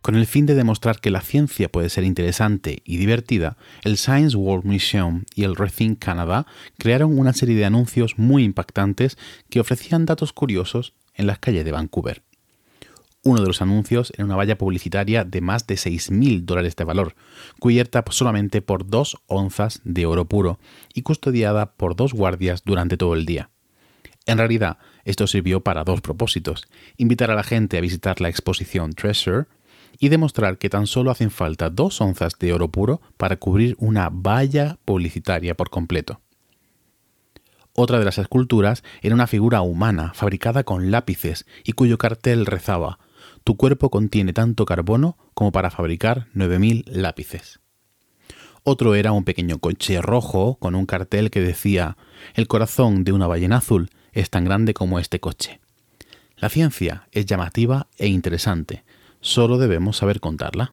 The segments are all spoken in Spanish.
Con el fin de demostrar que la ciencia puede ser interesante y divertida, el Science World Museum y el Rethink Canada crearon una serie de anuncios muy impactantes que ofrecían datos curiosos en las calles de Vancouver. Uno de los anuncios era una valla publicitaria de más de $6,000 de valor, cubierta solamente por 2 onzas de oro puro y custodiada por 2 guardias durante todo el día. En realidad, esto sirvió para 2 propósitos: invitar a la gente a visitar la exposición Treasure y demostrar que tan solo hacen falta 2 onzas de oro puro para cubrir una valla publicitaria por completo. Otra de las esculturas era una figura humana fabricada con lápices y cuyo cartel rezaba: «Tu cuerpo contiene tanto carbono como para fabricar 9.000 lápices». Otro era un pequeño coche rojo con un cartel que decía: «El corazón de una ballena azul es tan grande como este coche». La ciencia es llamativa e interesante, solo debemos saber contarla.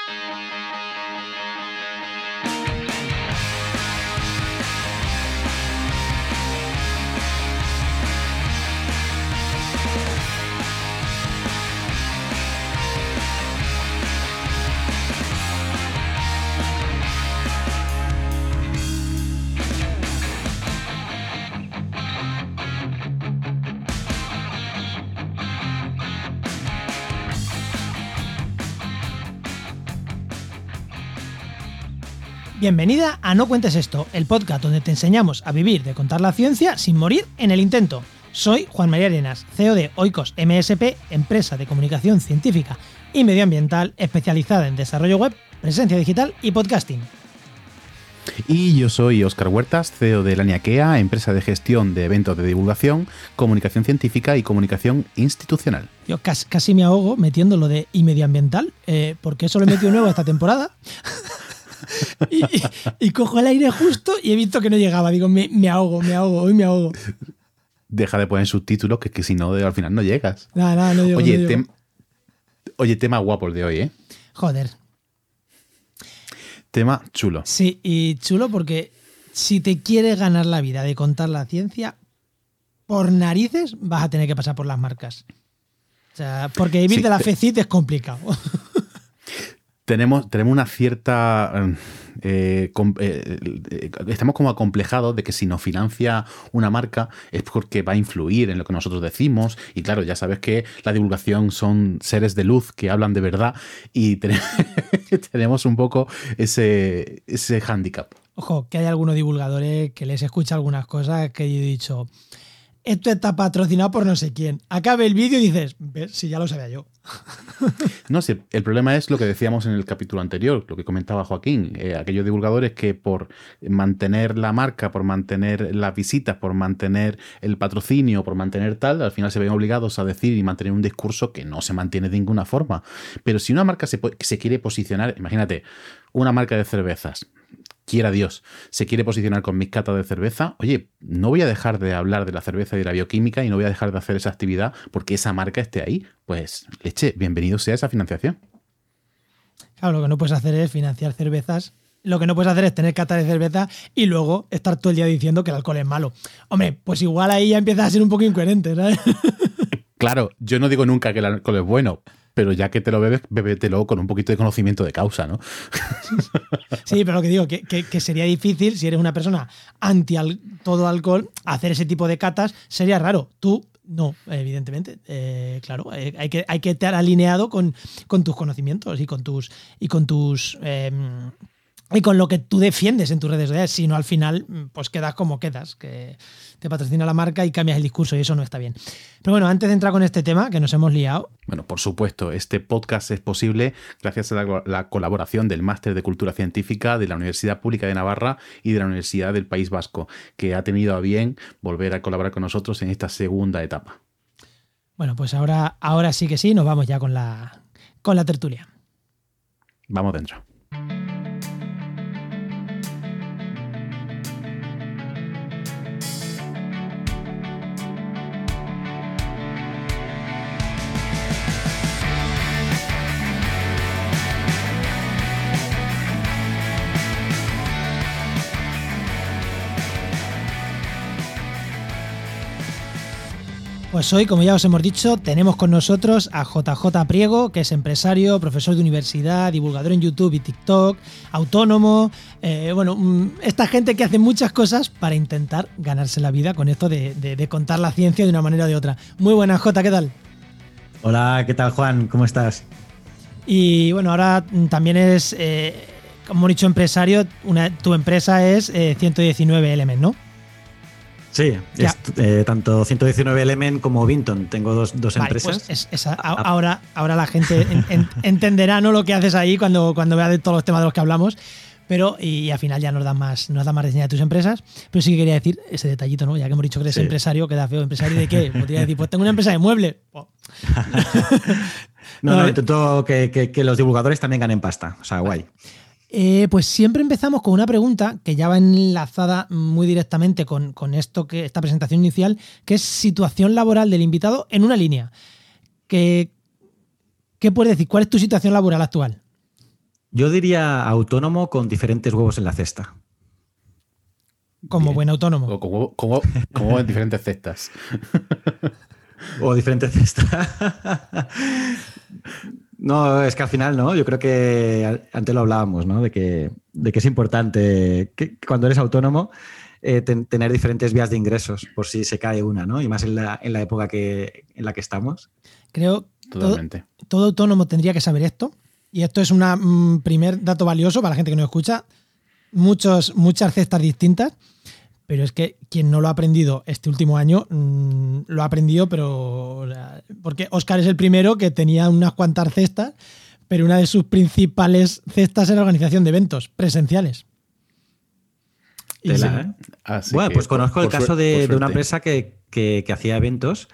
Bienvenida a No Cuentes Esto, el podcast donde te enseñamos a vivir de contar la ciencia sin morir en el intento. Soy Juan María Arenas, CEO de Oikos MSP, empresa de comunicación científica y medioambiental especializada en desarrollo web, presencia digital y podcasting. Y yo soy Óscar Huertas, CEO de Laniakea, empresa de gestión de eventos de divulgación, comunicación científica y comunicación institucional. Yo casi me ahogo metiendo lo de y medioambiental, porque eso lo he metido nuevo esta temporada. Y cojo el aire justo y he visto que no llegaba. Digo, me ahogo, hoy me ahogo. Deja de poner subtítulos, que si no, al final no llegas. No llego. Oye, tema guapo el de hoy, ¿eh? Joder. Tema chulo. Sí, y chulo porque si te quieres ganar la vida de contar la ciencia, por narices vas a tener que pasar por las marcas. O sea, porque vivir de la fecit es complicado. Tenemos una cierta... estamos como acomplejados de que si nos financia una marca es porque va a influir en lo que nosotros decimos. Y claro, ya sabes que la divulgación son seres de luz que hablan de verdad y tenemos un poco ese hándicap. Ojo, que hay algunos divulgadores que les escucha algunas cosas que yo he dicho... Esto está patrocinado por no sé quién. Acabe el vídeo y dices, ¿ves? Si ya lo sabía yo. No sé, el problema es lo que decíamos en el capítulo anterior, lo que comentaba Joaquín. Aquellos divulgadores que por mantener la marca, por mantener las visitas, por mantener el patrocinio, por mantener tal, al final se ven obligados a decir y mantener un discurso que no se mantiene de ninguna forma. Pero si una marca se quiere posicionar, imagínate, una marca de cervezas, quiera Dios, se quiere posicionar con mis catas de cerveza, oye, no voy a dejar de hablar de la cerveza y de la bioquímica y no voy a dejar de hacer esa actividad porque esa marca esté ahí. Pues, leche, bienvenido sea esa financiación. Claro, lo que no puedes hacer es financiar cervezas. Lo que no puedes hacer es tener catas de cerveza y luego estar todo el día diciendo que el alcohol es malo. Hombre, pues igual ahí ya empiezas a ser un poco incoherente, ¿sabes? Claro, yo no digo nunca que el alcohol es bueno, pero ya que te lo bebes, bébetelo con un poquito de conocimiento de causa, ¿no? Sí, pero lo que digo, que sería difícil, si eres una persona anti todo alcohol, hacer ese tipo de catas sería raro. Tú, no, evidentemente. Claro, hay que estar alineado con tus conocimientos y con lo que tú defiendes en tus redes sociales. Si no, al final, pues quedas como quedas, que te patrocina la marca y cambias el discurso y eso no está bien. Pero bueno, antes de entrar con este tema, que nos hemos liado. Bueno, por supuesto, este podcast es posible gracias a la colaboración del Máster de Cultura Científica de la Universidad Pública de Navarra y de la Universidad del País Vasco, que ha tenido a bien volver a colaborar con nosotros en esta segunda etapa. Bueno, pues ahora sí que sí, nos vamos ya con la tertulia. Vamos dentro. Pues hoy, como ya os hemos dicho, tenemos con nosotros a JJ Priego, que es empresario, profesor de universidad, divulgador en YouTube y TikTok, autónomo, esta gente que hace muchas cosas para intentar ganarse la vida con esto de contar la ciencia de una manera o de otra. Muy buenas, Jota, ¿qué tal? Hola, ¿qué tal, Juan? ¿Cómo estás? Y bueno, ahora también es, como hemos dicho, empresario, tu empresa es 119 Element, ¿no? Sí, tanto 119 Element como Vinton. Tengo dos vale, empresas. Pues ahora la gente entenderá, ¿no?, lo que haces ahí cuando vea de todos los temas de los que hablamos. Pero, y al final ya nos da más reseña de tus empresas. Pero sí que quería decir ese detallito, ¿no? Ya que hemos dicho que eres empresario, queda feo. ¿Empresario de qué? Podría decir, pues tengo una empresa de muebles. Oh. No, intento que los divulgadores también ganen pasta. O sea, guay. Pues siempre empezamos con una pregunta que ya va enlazada muy directamente con esta presentación inicial, que es situación laboral del invitado en una línea. ¿Qué puedes decir? ¿Cuál es tu situación laboral actual? Yo diría autónomo con diferentes huevos en la cesta. Como buen autónomo. O como en diferentes cestas. O diferentes cestas. No, es que al final, ¿no? Yo creo que antes lo hablábamos, ¿no? De que es importante que cuando eres autónomo tener diferentes vías de ingresos por si se cae una, ¿no? Y más en la época en la que estamos. Creo que todo autónomo tendría que saber esto. Y esto es un primer dato valioso para la gente que nos escucha. Muchas cestas distintas. Pero es que quien no lo ha aprendido este último año, lo ha aprendido, pero porque Óscar es el primero que tenía unas cuantas cestas, pero una de sus principales cestas era la organización de eventos presenciales. Bueno, pues conozco el caso de una empresa que hacía eventos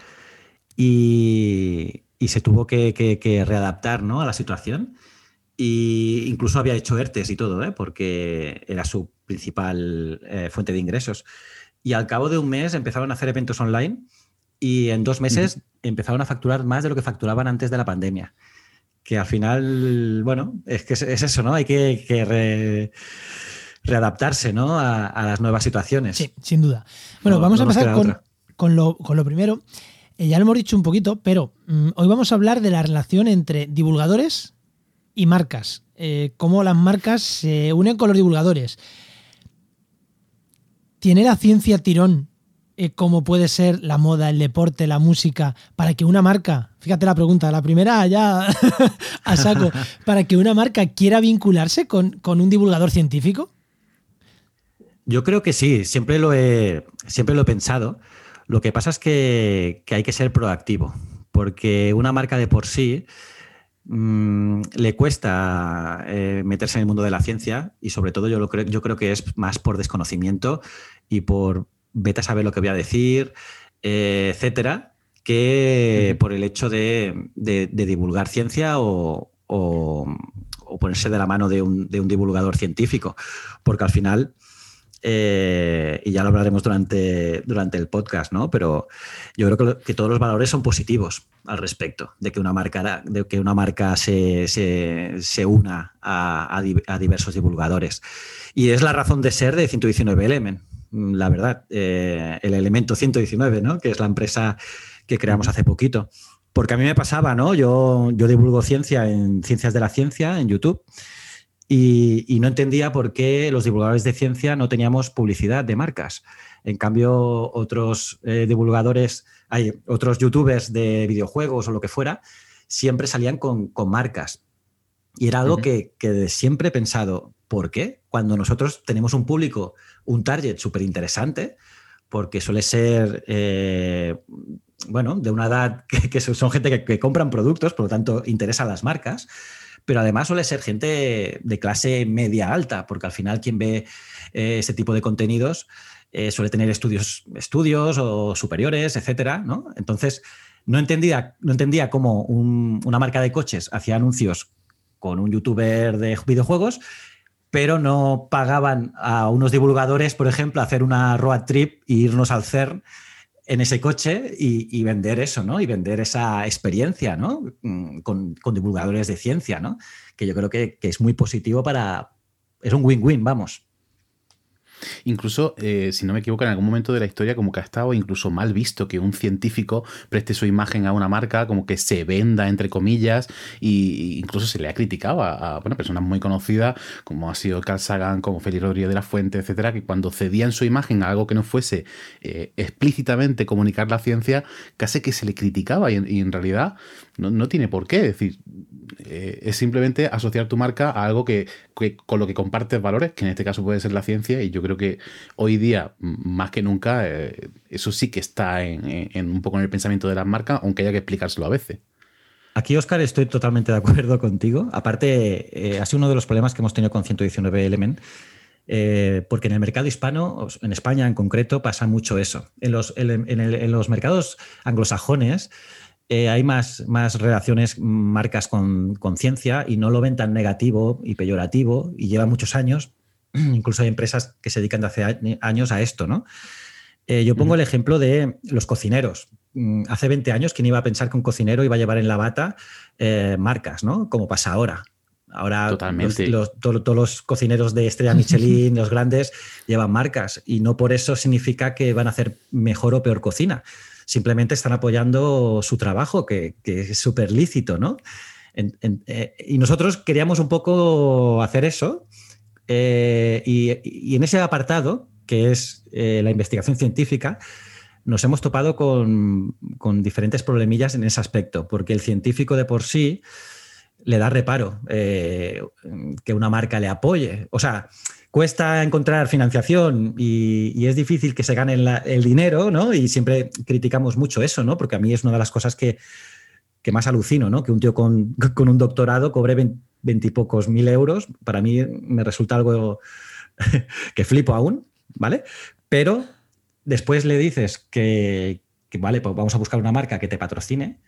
y se tuvo que readaptar, ¿no?, a la situación. Y incluso había hecho ERTES y todo, porque era su principal fuente de ingresos. Y al cabo de un mes empezaron a hacer eventos online y en 2 meses empezaron a facturar más de lo que facturaban antes de la pandemia. Que al final, bueno, es que es eso, ¿no? Hay que readaptarse, ¿no?, a las nuevas situaciones. Sí, sin duda. Bueno, vamos a empezar con lo primero. Ya lo hemos dicho un poquito, pero hoy vamos a hablar de la relación entre divulgadores y marcas, cómo las marcas se unen con los divulgadores. ¿Tiene la ciencia tirón, como puede ser la moda, el deporte, la música, para que una marca, fíjate la pregunta, la primera ya a saco, para que una marca quiera vincularse con un divulgador científico? Yo creo que sí, siempre lo he pensado. Lo que pasa es que hay que ser proactivo, porque una marca de por sí le cuesta meterse en el mundo de la ciencia y sobre todo yo creo que es más por desconocimiento y por vete a saber lo que voy a decir, etcétera, que por el hecho de divulgar ciencia o ponerse de la mano de un divulgador científico, porque al final y ya lo hablaremos durante el podcast, ¿no? Pero yo creo que todos los valores son positivos al respecto de que una marca se una a diversos divulgadores. Y es la razón de ser de 119 Element, la verdad. El elemento 119, ¿no?, que es la empresa que creamos hace poquito. Porque a mí me pasaba, ¿no? Yo divulgo ciencia en Ciencias de la Ciencia, en YouTube. Y no entendía por qué los divulgadores de ciencia no teníamos publicidad de marcas. En cambio, otros otros youtubers de videojuegos o lo que fuera, siempre salían con marcas. Y era algo que siempre he pensado, ¿por qué? Cuando nosotros tenemos un público, un target súper interesante, porque suele ser, de una edad que son gente que compran productos, por lo tanto, interesan las marcas. Pero además suele ser gente de clase media alta, porque al final quien ve ese tipo de contenidos suele tener estudios o superiores, etcétera, ¿no? Entonces, no entendía cómo una marca de coches hacía anuncios con un youtuber de videojuegos, pero no pagaban a unos divulgadores, por ejemplo, a hacer una road trip e irnos al CERN en ese coche y vender eso, ¿no? Y vender esa experiencia, ¿no?, con divulgadores de ciencia, ¿no? Que yo creo que es muy positivo es un win-win, vamos. Incluso, si no me equivoco, en algún momento de la historia como que ha estado incluso mal visto que un científico preste su imagen a una marca, como que se venda, entre comillas, y incluso se le ha criticado a personas muy conocidas, como ha sido Carl Sagan, como Félix Rodríguez de la Fuente, etcétera, que cuando cedían su imagen a algo que no fuese explícitamente comunicar la ciencia, casi que se le criticaba, y en realidad no tiene por qué. Es decir, es simplemente asociar tu marca a algo que con lo que compartes valores, que en este caso puede ser la ciencia, y yo creo que hoy día, más que nunca, eso sí que está en un poco en el pensamiento de las marcas, aunque haya que explicárselo a veces. Aquí, Óscar, estoy totalmente de acuerdo contigo. Aparte, ha sido uno de los problemas que hemos tenido con 119 Element, porque en el mercado hispano, en España en concreto, pasa mucho eso. En los mercados anglosajones hay más relaciones marcas con ciencia y no lo ven tan negativo y peyorativo, y lleva muchos años. Incluso hay empresas que se dedican de hace años a esto, ¿no? Yo pongo el ejemplo de los cocineros. Hace 20 años, ¿quién iba a pensar que un cocinero iba a llevar en la bata marcas, ¿no? Como pasa ahora. Ahora totalmente. Todos los cocineros de estrella Michelin, los grandes, llevan marcas, y no por eso significa que van a hacer mejor o peor cocina. Simplemente están apoyando su trabajo, que es súper lícito, ¿no? Y nosotros queríamos un poco hacer eso, y en ese apartado, que es la investigación científica, nos hemos topado con diferentes problemillas en ese aspecto, porque el científico de por sí le da reparo que una marca le apoye. O sea, cuesta encontrar financiación y es difícil que se gane el dinero, ¿no? Y siempre criticamos mucho eso, ¿no? Porque a mí es una de las cosas que más alucino, ¿no? Que un tío con un doctorado cobre 20 y pocos mil euros. Para mí me resulta algo que flipo aún, ¿vale? Pero después le dices que vale, pues vamos a buscar una marca que te patrocine.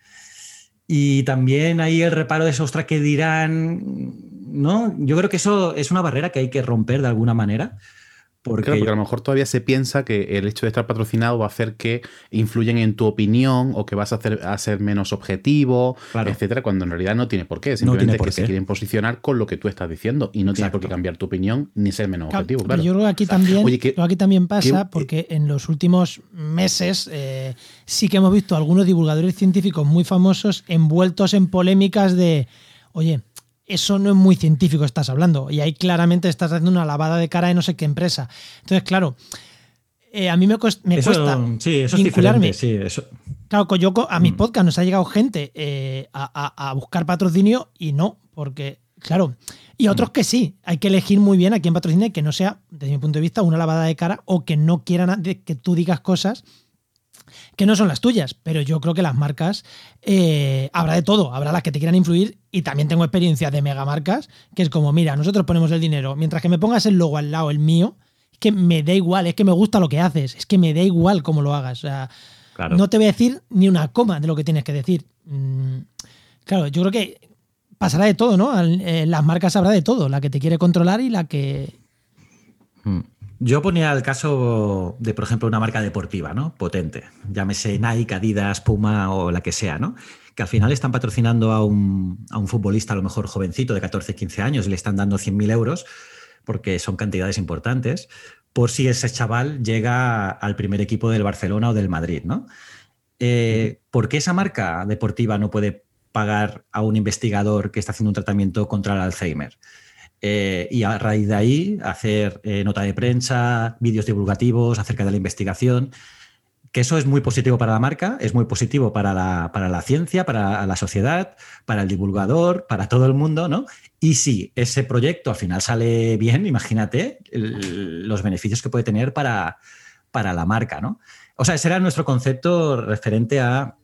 Y también hay el reparo de esos, ostras, que dirán, ¿no? Yo creo que eso es una barrera que hay que romper de alguna manera. Porque a lo mejor todavía se piensa que el hecho de estar patrocinado va a hacer que influyan en tu opinión, o que vas a ser menos objetivo, claro, etcétera, cuando en realidad no tiene por qué. Simplemente es que se quieren posicionar con lo que tú estás diciendo, y no tiene por qué cambiar tu opinión ni ser menos objetivo. Claro. Yo creo que aquí también pasa, porque en los últimos meses sí que hemos visto algunos divulgadores científicos muy famosos envueltos en polémicas de, oye, eso no es muy científico, estás hablando, y ahí claramente estás haciendo una lavada de cara de no sé qué empresa. Entonces, claro, a mí me cuesta sí, eso vincularme. Es diferente, sí, eso. Claro, a mis podcasts nos ha llegado gente a buscar patrocinio, y no, porque, claro, y otros que sí, hay que elegir muy bien a quién patrocina, y que no sea, desde mi punto de vista, una lavada de cara, o que no quieran que tú digas cosas que no son las tuyas. Pero yo creo que las marcas, habrá de todo, habrá las que te quieran influir, y también tengo experiencia de megamarcas, que es como, mira, nosotros ponemos el dinero, mientras que me pongas el logo al lado, el mío, es que me da igual, es que me gusta lo que haces, es que me da igual cómo lo hagas. O sea, claro, no te voy a decir ni una coma de lo que tienes que decir. Claro, yo creo que pasará de todo, ¿no? Las marcas habrá de todo, la que te quiere controlar y la que... Yo ponía el caso de, por ejemplo, una marca deportiva, ¿no? Potente, llámese Nike, Adidas, Puma o la que sea, ¿no? Que al final están patrocinando a un futbolista, a lo mejor jovencito de 14, 15 años, y le están dando 100.000 euros, porque son cantidades importantes, por si ese chaval llega al primer equipo del Barcelona o del Madrid, ¿no? ¿Por qué esa marca deportiva no puede pagar a un investigador que está haciendo un tratamiento contra el Alzheimer? Y a raíz de ahí hacer nota de prensa, vídeos divulgativos acerca de la investigación, que eso es muy positivo para la marca, es muy positivo para la ciencia, para la sociedad, para el divulgador, para todo el mundo, ¿no? Y si ese proyecto al final sale bien, imagínate los beneficios que puede tener para la marca, ¿no? O sea, ese era nuestro concepto referente a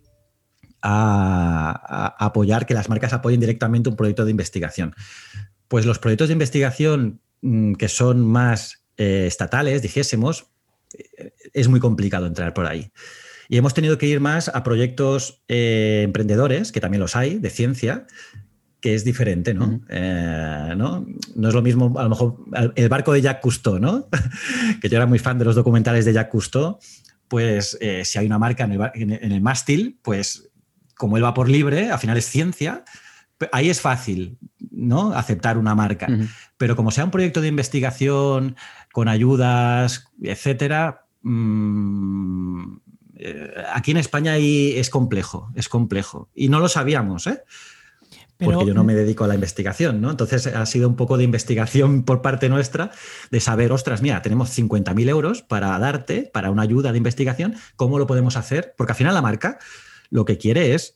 apoyar, que las marcas apoyen directamente un proyecto de investigación. Pues los proyectos de investigación que son más estatales, dijésemos, es muy complicado entrar por ahí. Y hemos tenido que ir más a proyectos emprendedores, que también los hay, de ciencia, que es diferente, ¿no? No es lo mismo, a lo mejor, el barco de Jacques Cousteau, ¿no? Que yo era muy fan de los documentales de Jacques Cousteau. Pues si hay una marca en el mástil, pues como él va por libre, al final es ciencia, ahí es fácil, ¿no? Aceptar una marca. Pero como sea un proyecto de investigación con ayudas, etcétera, aquí en España es complejo. Y no lo sabíamos, ¿eh? Porque yo no me dedico a la investigación, ¿no? Entonces ha sido un poco de investigación por parte nuestra de saber, ostras, mira, tenemos 50.000 euros para darte, para una ayuda de investigación, ¿cómo lo podemos hacer? Porque al final la marca lo que quiere es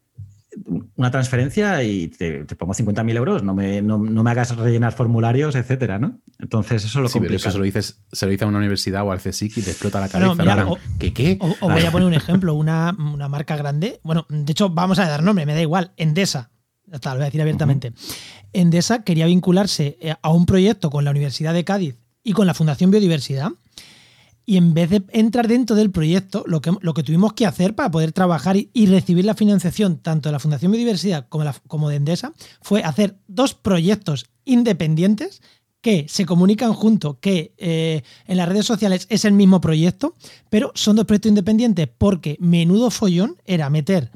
una transferencia y te pongo 50.000 euros, no me hagas rellenar formularios, etcétera, ¿no? Entonces eso es lo complicado. Pero eso se lo dice a una universidad o al CSIC y te explota la cabeza. Mira, ¿Qué? Os voy a poner un ejemplo, una marca grande, bueno, de hecho vamos a dar nombre, me da igual, Endesa. Lo voy a decir abiertamente. Endesa quería vincularse a un proyecto con la Universidad de Cádiz y con la Fundación Biodiversidad, y en vez de entrar dentro del proyecto, lo que tuvimos que hacer para poder trabajar y recibir la financiación tanto de la Fundación Biodiversidad como de Endesa fue hacer 2 proyectos independientes que se comunican juntos, que en las redes sociales es el mismo proyecto, pero son 2 proyectos independientes, porque menudo follón era meter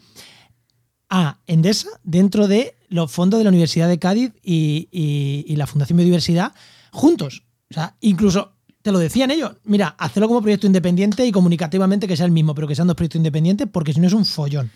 a Endesa dentro de los fondos de la Universidad de Cádiz y la Fundación Biodiversidad juntos. O sea, incluso te lo decían ellos, mira, hazlo como proyecto independiente y comunicativamente que sea el mismo, pero que sean 2 proyectos independientes, porque si no es un follón.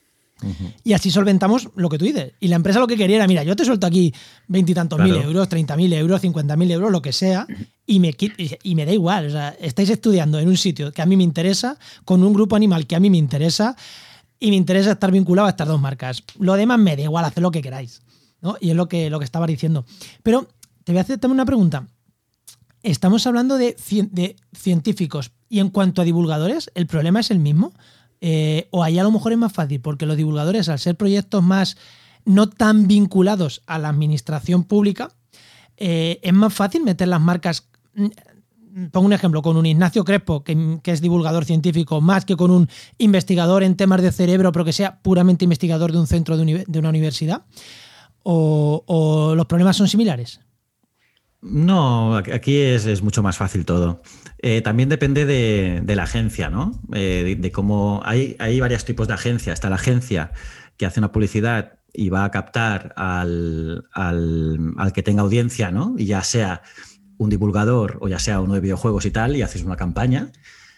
Y así solventamos lo que tú dices. Y la empresa lo que quería era, mira, yo te suelto aquí 20 y tantos mil euros, 30.000 euros, 50.000 euros, lo que sea, y me da igual. O sea, estáis estudiando en un sitio que a mí me interesa, con un grupo animal que a mí me interesa, y me interesa estar vinculado a estas 2 marcas. Lo demás me da igual, haced lo que queráis, ¿no? Y es lo que estaba diciendo. Pero te voy a hacer también una pregunta. Estamos hablando de científicos, y en cuanto a divulgadores, ¿el problema es el mismo? O ahí a lo mejor es más fácil, porque los divulgadores, al ser proyectos más no tan vinculados a la administración pública, es más fácil meter las marcas. Pongo un ejemplo, con un Ignacio Crespo, que es divulgador científico, más que con un investigador en temas de cerebro, pero que sea puramente investigador de un centro de una universidad, o los problemas son similares. No, aquí es mucho más fácil todo. También depende de la agencia, ¿no? De cómo hay varios tipos de agencia. Está la agencia que hace una publicidad y va a captar al que tenga audiencia, ¿no? Y ya sea un divulgador o ya sea uno de videojuegos y tal, y haces una campaña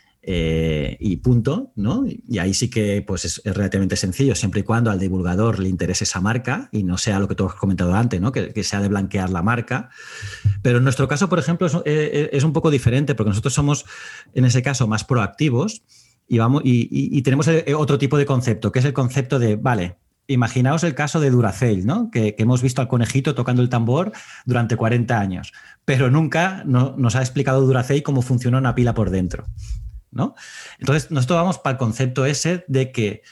y punto, ¿no? Y ahí sí que pues es relativamente sencillo, siempre y cuando al divulgador le interese esa marca y no sea lo que tú has comentado antes, ¿no? Que sea de blanquear la marca. Pero en nuestro caso, por ejemplo, es un poco diferente, porque nosotros somos, en ese caso, más proactivos y tenemos otro tipo de concepto, que es el concepto de, vale, imaginaos el caso de Duracell, ¿no? Que hemos visto al conejito tocando el tambor durante 40 años, pero nunca nos ha explicado Duracell cómo funciona una pila por dentro, ¿no? Entonces, nosotros vamos para el concepto ese de que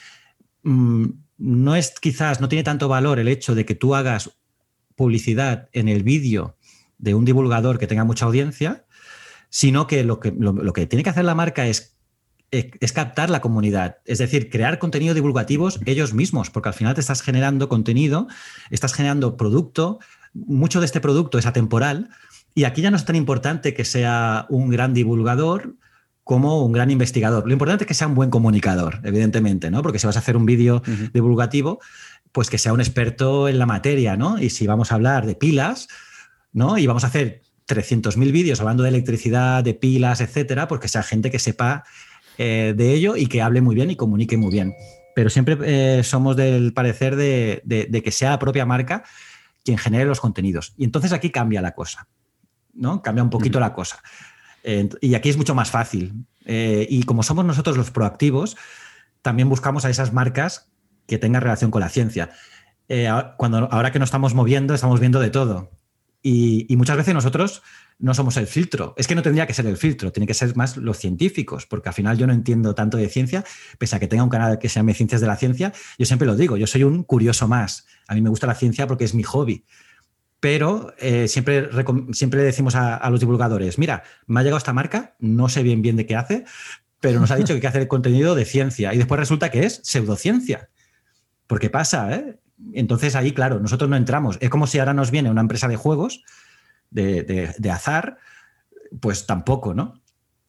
no tiene tanto valor el hecho de que tú hagas publicidad en el vídeo de un divulgador que tenga mucha audiencia, sino que lo que tiene que hacer la marca es captar la comunidad, es decir, crear contenido divulgativos ellos mismos, porque al final te estás generando contenido, estás generando producto, mucho de este producto es atemporal, y aquí ya no es tan importante que sea un gran divulgador como un gran investigador. Lo importante es que sea un buen comunicador, evidentemente, ¿no? Porque si vas a hacer un vídeo divulgativo, pues que sea un experto en la materia, ¿no? Y si vamos a hablar de pilas, ¿no? Y vamos a hacer 300.000 vídeos hablando de electricidad, de pilas, etcétera, pues que sea gente que sepa de ello y que hable muy bien y comunique muy bien. Pero siempre somos del parecer de que sea la propia marca quien genere los contenidos. Y entonces aquí cambia la cosa, ¿no? Cambia un poquito la cosa. Y aquí es mucho más fácil. Y como somos nosotros los proactivos, también buscamos a esas marcas que tengan relación con la ciencia. Ahora que nos estamos moviendo, estamos viendo de todo. Y muchas veces nosotros no somos el filtro. Es que no tendría que ser el filtro, tiene que ser más los científicos, porque al final yo no entiendo tanto de ciencia, pese a que tenga un canal que se llame Ciencias de la Ciencia. Yo siempre lo digo, yo soy un curioso más. A mí me gusta la ciencia porque es mi hobby. Pero siempre decimos a los divulgadores, mira, me ha llegado esta marca, no sé bien de qué hace, pero nos ha dicho que hay que hacer contenido de ciencia. Y después resulta que es pseudociencia. Porque pasa, ¿eh? Entonces ahí, claro, nosotros no entramos. Es como si ahora nos viene una empresa de juegos, de azar, pues tampoco, ¿no?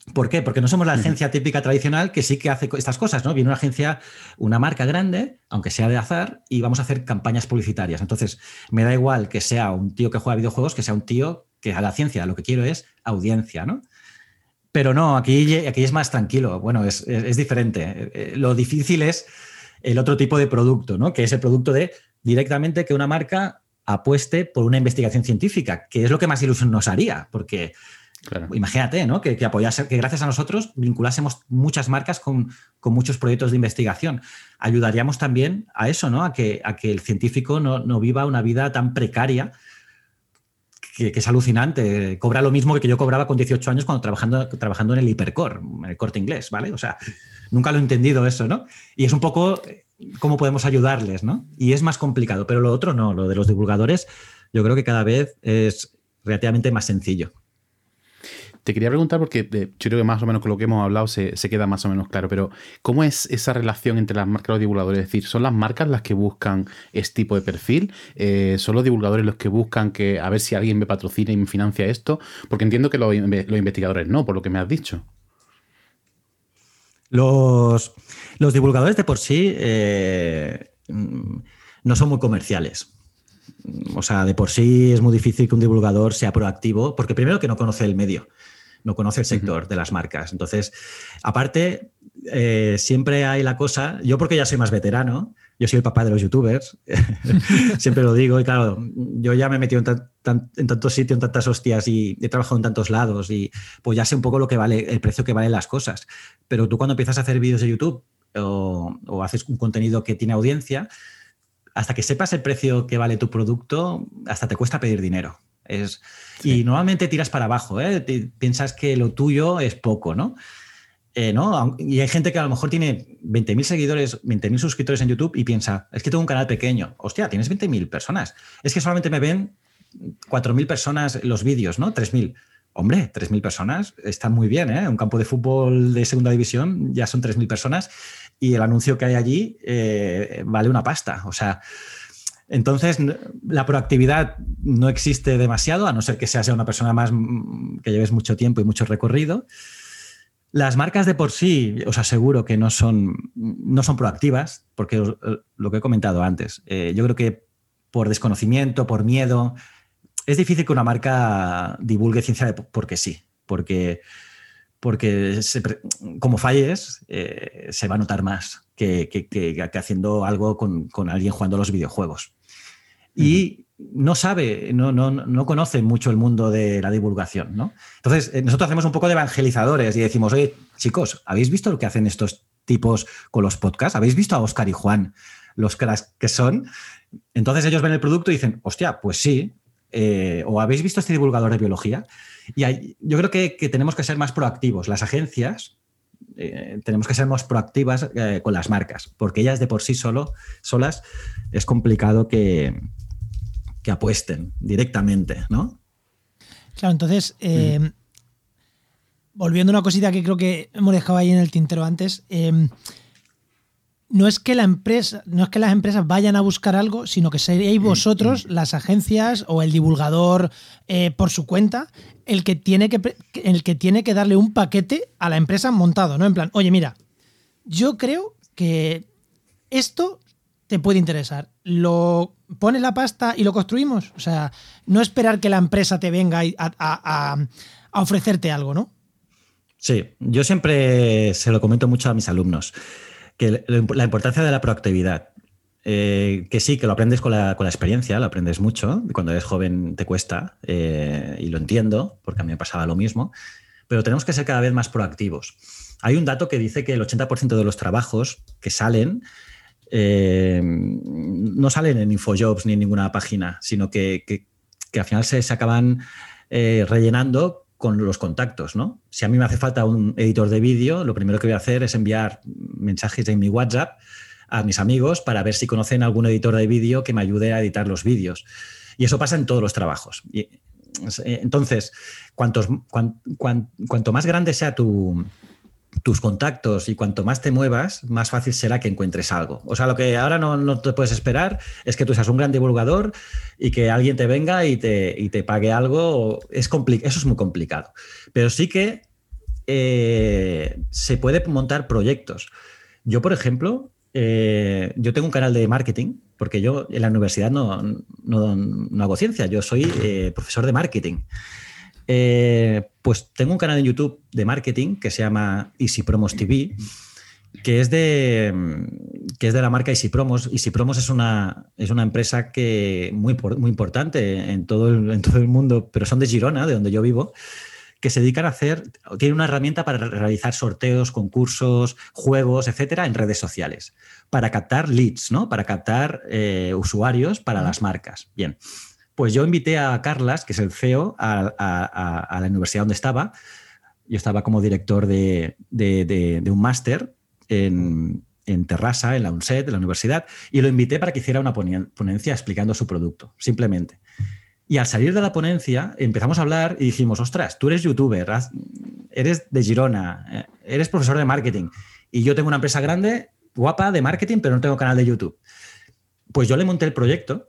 ¿Por qué? Porque no somos la agencia típica tradicional que sí que hace estas cosas, ¿no? Viene una agencia, una marca grande, aunque sea de azar, y vamos a hacer campañas publicitarias. Entonces, me da igual que sea un tío que juega videojuegos, que sea un tío que haga ciencia. Lo que quiero es audiencia, ¿no? Pero no, aquí es más tranquilo. Bueno, es diferente. Lo difícil es el otro tipo de producto, ¿no? Que es el producto de directamente que una marca apueste por una investigación científica, que es lo que más ilusión nos haría, porque... Claro. Imagínate, ¿no? Que apoyase, que gracias a nosotros vinculásemos muchas marcas con muchos proyectos de investigación. Ayudaríamos también a eso, ¿no? A que el científico no viva una vida tan precaria que es alucinante. Cobra lo mismo que yo cobraba con 18 años cuando trabajando en el Hipercor, en el Corte Inglés, ¿vale? O sea, nunca lo he entendido eso, ¿no? Y es un poco cómo podemos ayudarles, ¿no? Y es más complicado, pero lo otro no, lo de los divulgadores, yo creo que cada vez es relativamente más sencillo. Te quería preguntar, porque yo creo que más o menos con lo que hemos hablado se queda más o menos claro, pero ¿cómo es esa relación entre las marcas y los divulgadores? Es decir, ¿son las marcas las que buscan este tipo de perfil? ¿Son los divulgadores los que buscan que a ver si alguien me patrocina y me financia esto? Porque entiendo que los investigadores no, por lo que me has dicho. Los divulgadores de por sí no son muy comerciales. O sea, de por sí es muy difícil que un divulgador sea proactivo, porque primero que no conoce el medio, no conoce el sector de las marcas. Entonces, aparte, siempre hay la cosa, yo porque ya soy más veterano, yo soy el papá de los youtubers, siempre lo digo, y claro, yo ya me he metido en tantos sitios, en tantas hostias, y he trabajado en tantos lados, y pues ya sé un poco lo que vale, el precio que valen las cosas. Pero tú cuando empiezas a hacer vídeos de YouTube o haces un contenido que tiene audiencia, hasta que sepas el precio que vale tu producto, hasta te cuesta pedir dinero. Sí. Y normalmente tiras para abajo, ¿eh? Piensas que lo tuyo es poco, ¿no? ¿No? Y hay gente que a lo mejor tiene 20.000 seguidores, 20.000 suscriptores en YouTube y piensa, es que tengo un canal pequeño. Hostia, tienes 20.000 personas. Es que solamente me ven 4.000 personas los vídeos, ¿no? 3.000. Hombre, 3.000 personas está muy bien, ¿eh? Un campo de fútbol de segunda división ya son 3.000 personas y el anuncio que hay allí vale una pasta. O sea, entonces la proactividad no existe demasiado, a no ser que seas una persona más que lleves mucho tiempo y mucho recorrido. Las marcas de por sí, os aseguro que no son proactivas, porque lo que he comentado antes, yo creo que por desconocimiento, por miedo, es difícil que una marca divulgue ciencia porque sí, porque como falles, se va a notar más que haciendo algo con alguien jugando a los videojuegos. Y no sabe, no conoce mucho el mundo de la divulgación, ¿no? Entonces, nosotros hacemos un poco de evangelizadores y decimos, oye, chicos, ¿habéis visto lo que hacen estos tipos con los podcasts? ¿Habéis visto a Óscar y Juan, los cracks que son? Entonces ellos ven el producto y dicen, hostia, pues sí. ¿O habéis visto este divulgador de biología? Y yo creo que tenemos que ser más proactivos. Las agencias tenemos que ser más proactivas con las marcas, porque ellas de por sí solas es complicado que apuesten directamente, ¿no? Claro, entonces, volviendo a una cosita que creo que hemos dejado ahí en el tintero antes, no es que las empresas vayan a buscar algo, sino que seréis vosotros, las agencias o el divulgador por su cuenta, el que tiene que darle un paquete a la empresa montado, ¿no? En plan, oye, mira, yo creo que esto te puede interesar. ¿Lo pones la pasta y lo construimos? O sea, no esperar que la empresa te venga a ofrecerte algo, ¿no? Sí, yo siempre se lo comento mucho a mis alumnos, que la importancia de la proactividad, que sí, que lo aprendes con la experiencia, lo aprendes mucho, cuando eres joven te cuesta, y lo entiendo, porque a mí me pasaba lo mismo, pero tenemos que ser cada vez más proactivos. Hay un dato que dice que el 80% de los trabajos que salen no salen en InfoJobs ni en ninguna página, sino que al final se acaban rellenando con los contactos, ¿no? Si a mí me hace falta un editor de vídeo, lo primero que voy a hacer es enviar mensajes en mi WhatsApp a mis amigos para ver si conocen algún editor de vídeo que me ayude a editar los vídeos. Y eso pasa en todos los trabajos. Entonces, cuanto más grande sea tus contactos y cuanto más te muevas, más fácil será que encuentres algo. O sea, lo que ahora no te puedes esperar es que tú seas un gran divulgador y que alguien te venga y te pague algo. Eso es muy complicado. Pero sí que se puede montar proyectos. Yo, por ejemplo, yo tengo un canal de marketing, porque yo en la universidad no hago ciencia, yo soy profesor de marketing. Pues tengo un canal en YouTube de marketing que se llama Easy Promos TV, que es de la marca Easy Promos. Easy Promos es una empresa muy importante en todo el mundo, pero son de Girona, de donde yo vivo, que se dedican a tienen una herramienta para realizar sorteos, concursos, juegos, etcétera, en redes sociales, para captar leads, ¿no? Para captar usuarios para las marcas. Bien, pues yo invité a Carlas, que es el CEO, a la universidad donde estaba. Yo estaba como director de un máster en Terrassa, en la UNSED, de la universidad, y lo invité para que hiciera una ponencia explicando su producto, simplemente. Y al salir de la ponencia empezamos a hablar y dijimos, ostras, tú eres youtuber, eres de Girona, eres profesor de marketing y yo tengo una empresa grande, guapa, de marketing, pero no tengo canal de YouTube. Pues yo le monté el proyecto,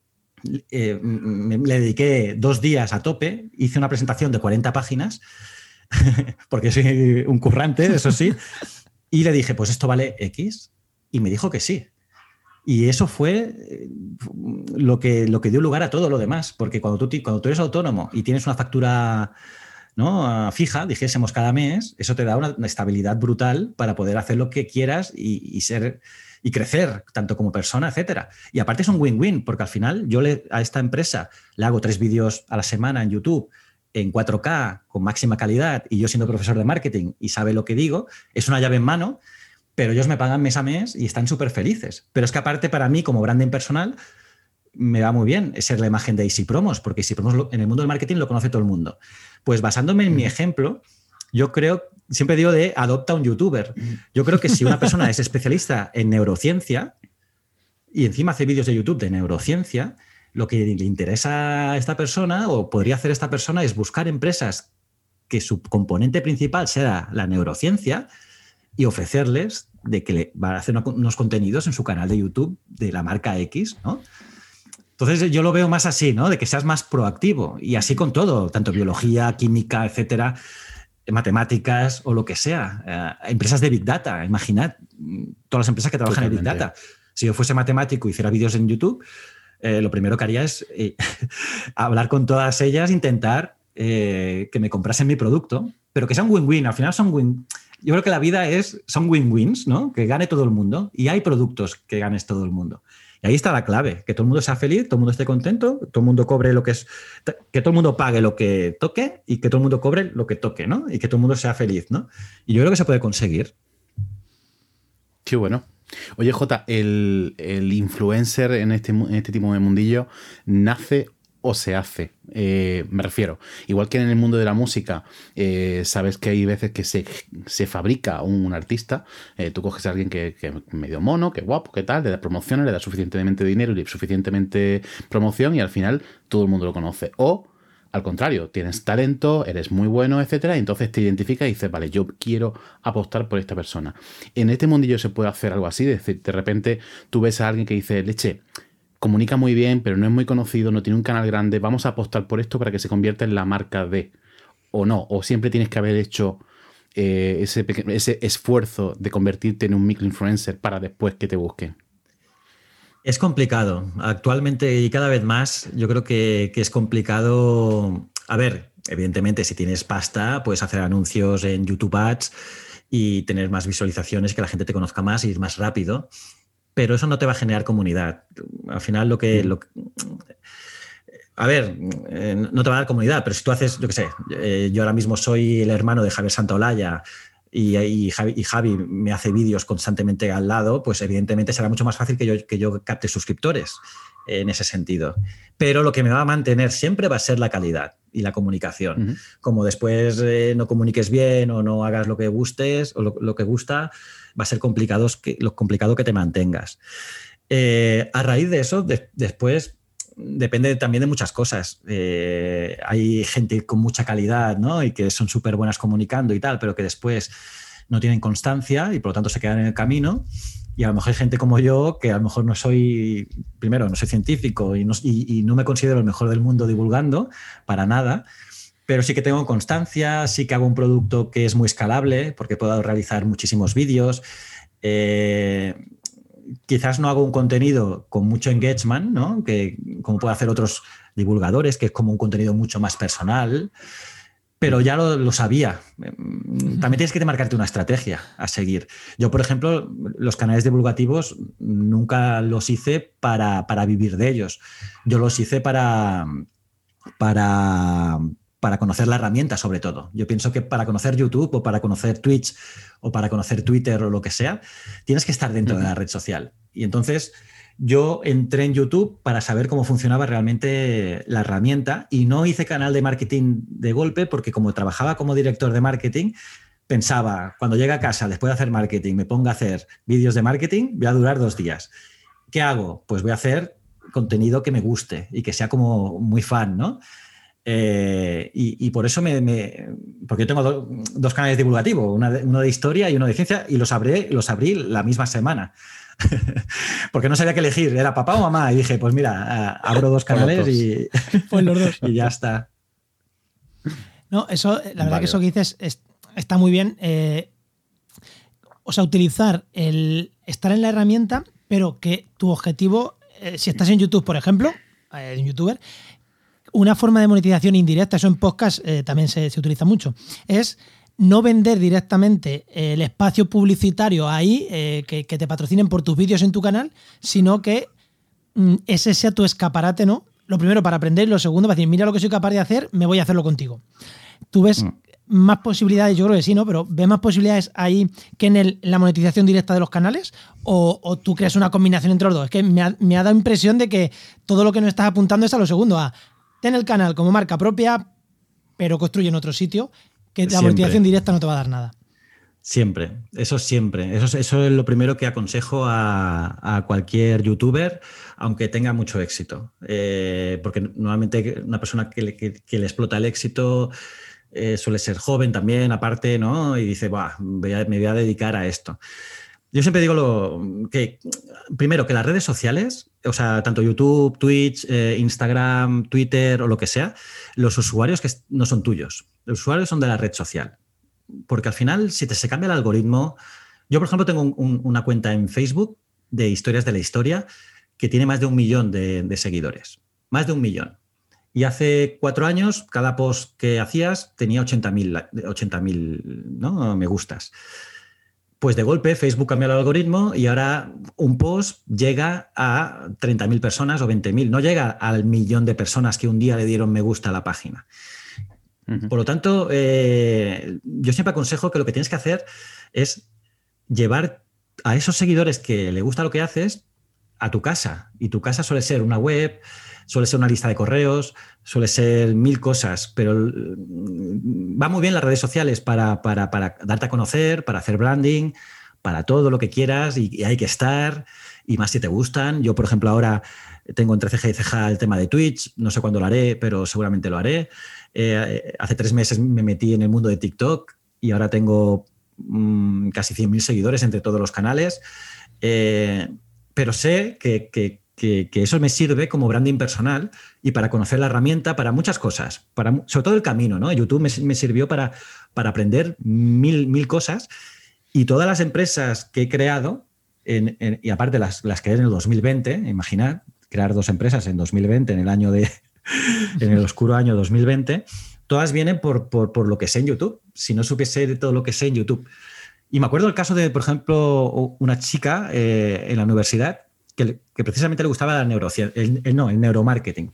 le dediqué 2 días a tope, hice una presentación de 40 páginas, porque soy un currante, eso sí, y le dije, pues esto vale X, y me dijo que sí. Y eso fue lo que dio lugar a todo lo demás, porque cuando tú eres autónomo y tienes una factura, ¿no?, fija, dijésemos cada mes, eso te da una estabilidad brutal para poder hacer lo que quieras y crecer, tanto como persona, etcétera. Y aparte es un win-win, porque al final yo a esta empresa le hago 3 vídeos a la semana en YouTube, en 4K, con máxima calidad, y yo siendo profesor de marketing y sabe lo que digo, es una llave en mano. Pero ellos me pagan mes a mes y están súper felices. Pero es que aparte para mí, como branding personal, me va muy bien ser la imagen de Easy Promos, porque Easy Promos en el mundo del marketing lo conoce todo el mundo. Pues basándome en mi ejemplo, yo creo, siempre digo de adopta un youtuber. Yo creo que si una persona es especialista en neurociencia y encima hace vídeos de YouTube de neurociencia, lo que le interesa a esta persona o podría hacer esta persona es buscar empresas que su componente principal sea la neurociencia y ofrecerles de que va a hacer unos contenidos en su canal de YouTube de la marca X, ¿no? Entonces yo lo veo más así, ¿no? De que seas más proactivo y así con todo, tanto biología, química, etcétera, matemáticas o lo que sea. Empresas de Big Data, imaginad todas las empresas que trabajan en Big Data. Si yo fuese matemático y hiciera vídeos en YouTube, lo primero que haría es hablar con todas ellas, intentar que me comprasen mi producto, pero que sea un win-win. Al final son win. Yo creo que la vida son win-wins, ¿no? Que gane todo el mundo y hay productos que ganes todo el mundo. Y ahí está la clave, que todo el mundo sea feliz, todo el mundo esté contento, todo el mundo cobre lo que es, que todo el mundo pague lo que toque y que todo el mundo cobre lo que toque, ¿no? Y que todo el mundo sea feliz, ¿no? Y yo creo que se puede conseguir. Qué bueno. Oye, Jota, el influencer en este tipo de mundillo nace o se hace. Me refiero, igual que en el mundo de la música, sabes que hay veces que se fabrica un artista, tú coges a alguien que es medio mono, que guapo, que tal, le das promociones, le das suficientemente dinero y suficientemente promoción y al final todo el mundo lo conoce. O al contrario, tienes talento, eres muy bueno, etcétera, y entonces te identificas y dices, vale, yo quiero apostar por esta persona. En este mundillo se puede hacer algo así, es decir, de repente tú ves a alguien que dice, leche, comunica muy bien, pero no es muy conocido, no tiene un canal grande, vamos a apostar por esto para que se convierta en la marca de, o no, o siempre tienes que haber hecho ese esfuerzo de convertirte en un microinfluencer para después que te busquen. Es complicado. Actualmente y cada vez más yo creo que es complicado. A ver, evidentemente si tienes pasta puedes hacer anuncios en YouTube Ads y tener más visualizaciones, que la gente te conozca más y ir más rápido. Pero eso no te va a generar comunidad. Al final no te va a dar comunidad, pero si tú haces, yo qué sé, yo ahora mismo soy el hermano de Javier Santaolalla y Javi me hace vídeos constantemente al lado, pues evidentemente será mucho más fácil que yo capte suscriptores en ese sentido. Pero lo que me va a mantener siempre va a ser la calidad y la comunicación. Uh-huh. Como después no comuniques bien o no hagas lo que gustes o lo que gusta, va a ser lo complicado que te mantengas. A raíz de eso, después depende también de muchas cosas. Hay gente con mucha calidad, ¿no? Y que son súper buenas comunicando y tal, pero que después no tienen constancia y por lo tanto se quedan en el camino. Y a lo mejor hay gente como yo que a lo mejor no soy científico y no me considero el mejor del mundo divulgando, para nada. pero sí que tengo constancia, sí que hago un producto que es muy escalable porque puedo realizar muchísimos vídeos. Quizás no hago un contenido con mucho engagement, ¿no? Que, como pueden hacer otros divulgadores, que es como un contenido mucho más personal, pero ya lo sabía. También tienes que marcarte una estrategia a seguir. Yo, por ejemplo, los canales divulgativos nunca los hice para vivir de ellos. Yo los hice para conocer la herramienta, sobre todo. Yo pienso que para conocer YouTube o para conocer Twitch o para conocer Twitter o lo que sea, tienes que estar dentro de la red social. Y entonces yo entré en YouTube para saber cómo funcionaba realmente la herramienta y no hice canal de marketing de golpe porque como trabajaba como director de marketing, pensaba, cuando llegue a casa después de hacer marketing, me ponga a hacer vídeos de marketing, voy a durar 2 días. ¿Qué hago? Pues voy a hacer contenido que me guste y que sea como muy fan, ¿no? Y por eso porque yo tengo 2 canales divulgativos, uno de historia y uno de ciencia, y los abrí la misma semana. Porque no sabía qué elegir, era papá o mamá, y dije, pues mira, abro 2 canales y, pues los dos. Y ya está. No, eso, la verdad que eso que dices está muy bien. O sea, utilizar estar en la herramienta, pero que tu objetivo, si estás en YouTube, por ejemplo, en YouTuber, una forma de monetización indirecta, eso en podcast también se utiliza mucho, es no vender directamente el espacio publicitario ahí, que te patrocinen por tus vídeos en tu canal, sino que ese sea tu escaparate, ¿no? Lo primero para aprender y lo segundo para decir, mira lo que soy capaz de hacer, me voy a hacerlo contigo. ¿Tú ves más posibilidades? Yo creo que sí, ¿no? Pero ¿ves más posibilidades ahí que en la monetización directa de los canales? ¿O tú creas una combinación entre los dos? Es que me ha dado impresión de que todo lo que nos estás apuntando es a lo segundo, a ten el canal como marca propia, pero construye en otro sitio, que la monetización directa no te va a dar nada. Siempre. Eso es lo primero que aconsejo a cualquier youtuber, aunque tenga mucho éxito. Porque normalmente una persona que le explota el éxito suele ser joven también, aparte, ¿no? Y dice, me voy a dedicar a esto. Yo siempre digo primero, que las redes sociales, o sea, tanto YouTube, Twitch, Instagram, Twitter o lo que sea, los usuarios que no son tuyos. Los usuarios son de la red social. Porque al final, si se cambia el algoritmo... Yo, por ejemplo, tengo una cuenta en Facebook de historias de la historia que tiene más de 1 millón de seguidores. Más de 1 millón. Y hace 4 años, cada post que hacías tenía 80.000, ¿no? Me gustas. Pues de golpe Facebook cambió el algoritmo y ahora un post llega a 30.000 personas o 20.000. No llega al 1 millón de personas que un día le dieron me gusta a la página. Por lo tanto, yo siempre aconsejo que lo que tienes que hacer es llevar a esos seguidores que le gusta lo que haces a tu casa. Y tu casa suele ser una web, suele ser una lista de correos, suele ser 1000 cosas, pero va muy bien las redes sociales para darte a conocer, para hacer branding, para todo lo que quieras y hay que estar, y más si te gustan. Yo, por ejemplo, ahora tengo entre ceja y ceja el tema de Twitch, no sé cuándo lo haré, pero seguramente lo haré. Hace 3 meses me metí en el mundo de TikTok y ahora tengo casi 100.000 seguidores entre todos los canales, pero sé que eso me sirve como branding personal y para conocer la herramienta para muchas cosas, sobre todo el camino, ¿no? YouTube me sirvió para aprender mil cosas, y todas las empresas que he creado, y aparte las creé en el 2020, imaginad, crear 2 empresas en 2020, en el oscuro año 2020, todas vienen por lo que sé en YouTube. Si no supiese de todo lo que sé en YouTube. Y me acuerdo el caso de, por ejemplo, una chica en la universidad que precisamente le gustaba el neuromarketing,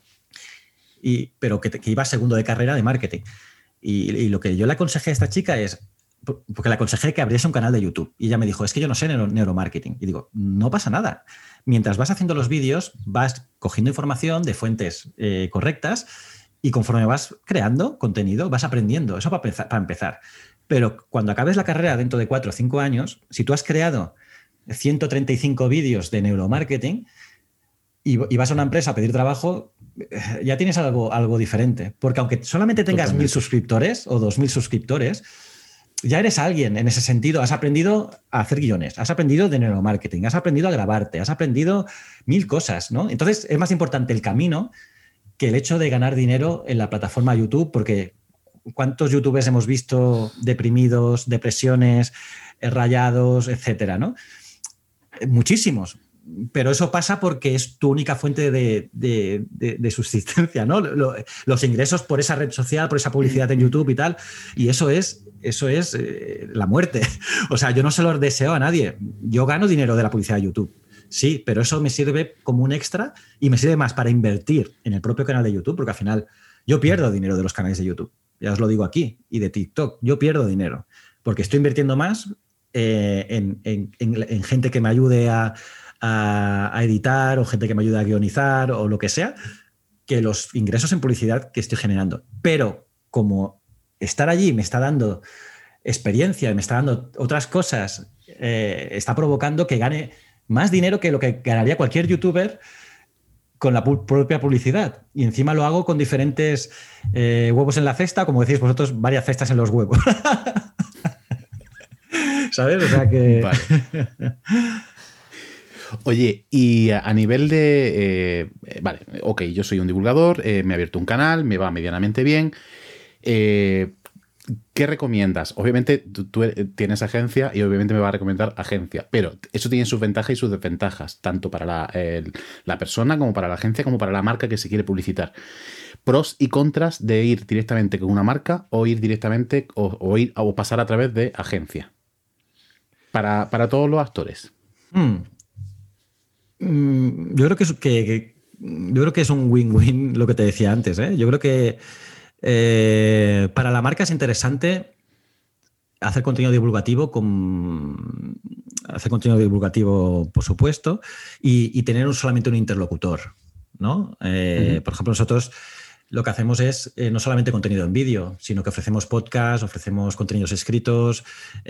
pero que iba a segundo de carrera de marketing. Y lo que yo le aconsejé a esta chica es, porque le aconsejé que abriese un canal de YouTube, y ella me dijo, es que yo no sé neuromarketing. Y digo, no pasa nada. Mientras vas haciendo los vídeos, vas cogiendo información de fuentes correctas, y conforme vas creando contenido, vas aprendiendo. Eso para empezar. Pero cuando acabes la carrera dentro de 4 o 5 años, si tú has creado 135 vídeos de neuromarketing y vas a una empresa a pedir trabajo, ya tienes algo diferente. Porque aunque solamente tengas 1.000 suscriptores o 2.000 suscriptores, ya eres alguien en ese sentido. Has aprendido a hacer guiones, has aprendido de neuromarketing, has aprendido a grabarte, has aprendido 1000 cosas, ¿no? Entonces es más importante el camino que el hecho de ganar dinero en la plataforma YouTube, porque ¿cuántos youtubers hemos visto deprimidos, depresiones, rayados, etcétera, ¿no? Muchísimos. Pero eso pasa porque es tu única fuente de subsistencia, ¿no? Los ingresos por esa red social, por esa publicidad en YouTube y tal. Y eso es la muerte. O sea, yo no se lo deseo a nadie. Yo gano dinero de la publicidad de YouTube. Sí, pero eso me sirve como un extra y me sirve más para invertir en el propio canal de YouTube, porque al final yo pierdo dinero de los canales de YouTube. Ya os lo digo aquí. Y de TikTok. Yo pierdo dinero porque estoy invirtiendo más en gente que me ayude a editar o gente que me ayude a guionizar o lo que sea, que los ingresos en publicidad que estoy generando. Pero como estar allí me está dando experiencia, me está dando otras cosas, está provocando que gane más dinero que lo que ganaría cualquier youtuber con la propia publicidad. Y encima lo hago con diferentes huevos en la cesta, como decís vosotros, varias cestas en los huevos. ¿Sabes? O sea que... Vale. Oye, y a nivel de... vale, ok, yo soy un divulgador, me he abierto un canal, me va medianamente bien. ¿Qué recomiendas? Obviamente tú tienes agencia y obviamente me va a recomendar agencia, pero eso tiene sus ventajas y sus desventajas, tanto para la persona como para la agencia como para la marca que se quiere publicitar. Pros y contras de ir directamente con una marca o ir directamente o pasar a través de agencia. Para todos los actores. Yo creo que es un win-win lo que te decía antes, ¿eh? Yo creo que para la marca es interesante hacer contenido divulgativo, por supuesto, y tener solamente un interlocutor, ¿no? Por ejemplo, nosotros lo que hacemos es no solamente contenido en vídeo, sino que ofrecemos podcasts, ofrecemos contenidos escritos,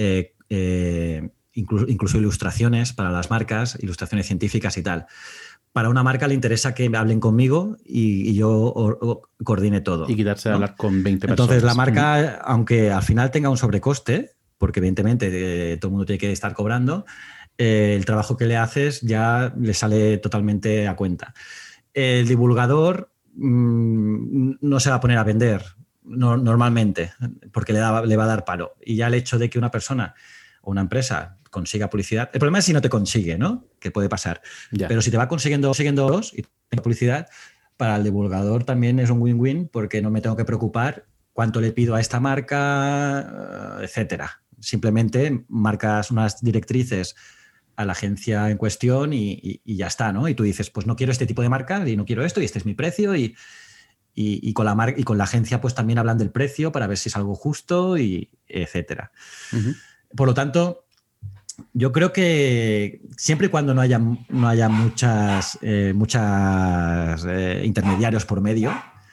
incluso ilustraciones para las marcas, ilustraciones científicas y tal. Para una marca le interesa que hablen conmigo y yo coordine todo. Y quitarse de hablar con 20 personas. Entonces la marca, aunque al final tenga un sobrecoste, porque evidentemente todo el mundo tiene que estar cobrando, el trabajo que le haces ya le sale totalmente a cuenta. El divulgador no se va a poner a vender normalmente, porque le va a dar palo. Y ya el hecho de que una persona o una empresa consiga publicidad. El problema es si no te consigue, ¿no? Que puede pasar. Ya. Pero si te va consiguiendo dos y tengo publicidad, para el divulgador también es un win-win porque no me tengo que preocupar cuánto le pido a esta marca, etcétera. Simplemente marcas unas directrices a la agencia en cuestión y ya está, ¿no? Y tú dices, pues no quiero este tipo de marca y no quiero esto y este es mi precio y con la agencia pues también hablan del precio para ver si es algo justo y etcétera. Por lo tanto, yo creo que siempre y cuando no haya muchas intermediarios por medio,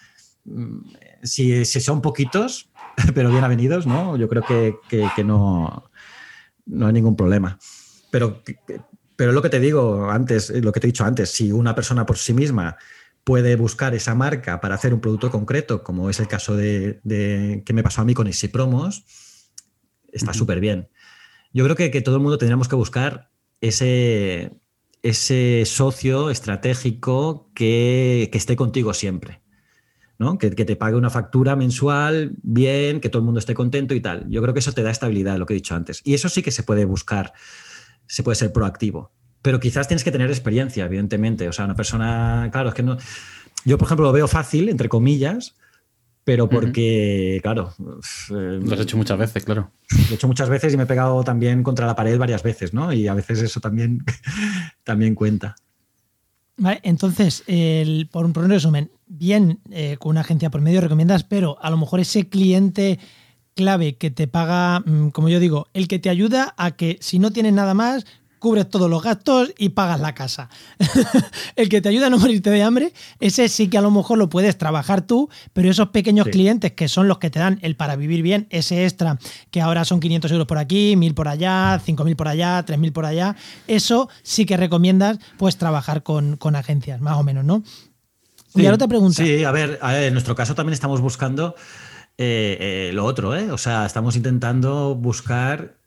si son poquitos, pero bien avenidos, ¿no? Yo creo que no hay ningún problema. Pero lo que te digo antes, lo que te he dicho antes, si una persona por sí misma puede buscar esa marca para hacer un producto concreto, como es el caso de que me pasó a mí con Easy Promos, está súper bien. Yo creo que todo el mundo tendríamos que buscar ese socio estratégico que esté contigo siempre, ¿no? Que te pague una factura mensual bien, que todo el mundo esté contento y tal. Yo creo que eso te da estabilidad, lo que he dicho antes. Y eso sí que se puede buscar, se puede ser proactivo. Pero quizás tienes que tener experiencia, evidentemente. O sea, una persona... Claro, es que no... Yo, por ejemplo, lo veo fácil, entre comillas, pero porque, claro... Lo has hecho muchas veces, claro. Lo he hecho muchas veces y me he pegado también contra la pared varias veces, ¿no? Y a veces eso también cuenta. Vale, entonces, por un resumen, bien, con una agencia por medio recomiendas, pero a lo mejor ese cliente clave que te paga, como yo digo, el que te ayuda a que si no tienes nada más, cubres todos los gastos y pagas la casa. El que te ayuda a no morirte de hambre, ese sí que a lo mejor lo puedes trabajar tú, pero esos pequeños clientes que son los que te dan el para vivir bien, ese extra, que ahora son 500 euros por aquí, 1.000 por allá, 5.000 por allá, 3.000 por allá, eso sí que recomiendas pues trabajar con agencias, más o menos, ¿no? Sí, y ahora te pregunto. Sí, a ver, en nuestro caso también estamos buscando lo otro, ¿eh? O sea, estamos intentando buscar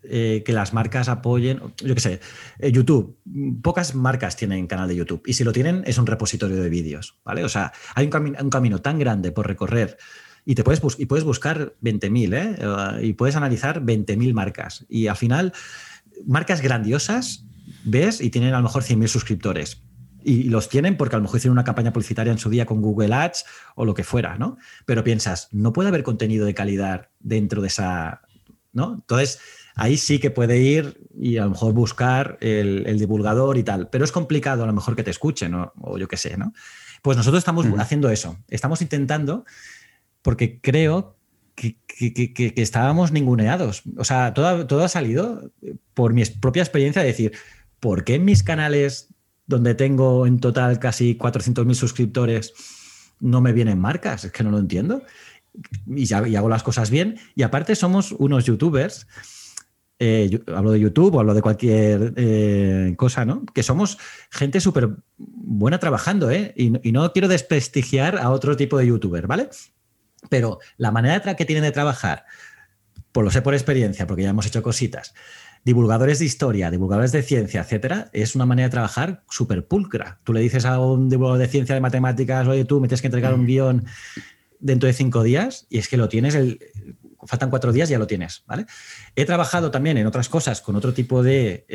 que las marcas apoyen, yo qué sé, YouTube, pocas marcas tienen canal de YouTube y si lo tienen es un repositorio de vídeos, ¿vale? O sea, hay un camino tan grande por recorrer y puedes buscar 20.000, ¿eh? Y puedes analizar 20.000 marcas y al final marcas grandiosas ves y tienen a lo mejor 100.000 suscriptores. Y los tienen porque a lo mejor hicieron una campaña publicitaria en su día con Google Ads o lo que fuera, ¿no? Pero piensas, no puede haber contenido de calidad dentro de esa, ¿no? Entonces, ahí sí que puede ir y a lo mejor buscar el divulgador y tal. Pero es complicado a lo mejor que te escuchen, ¿no? O yo qué sé, ¿no? Pues nosotros estamos haciendo eso. Estamos intentando, porque creo que estábamos ninguneados. O sea, todo ha salido por mi propia experiencia de decir, ¿por qué en mis canales donde tengo en total casi 400.000 suscriptores no me vienen marcas? Es que no lo entiendo. Y hago las cosas bien. Y aparte somos unos youtubers, hablo de YouTube o hablo de cualquier cosa, ¿no? Que somos gente súper buena trabajando, ¿eh? Y no quiero desprestigiar a otro tipo de youtuber, ¿vale? Pero la manera que tienen de trabajar, pues lo sé por experiencia, porque ya hemos hecho cositas, divulgadores de historia, divulgadores de ciencia, etcétera, es una manera de trabajar súper pulcra. Tú le dices a un divulgador de ciencia, de matemáticas, oye, tú me tienes que entregar un guión dentro de 5 días y es que lo tienes, faltan 4 días y ya lo tienes, ¿vale? He trabajado también en otras cosas con otro tipo de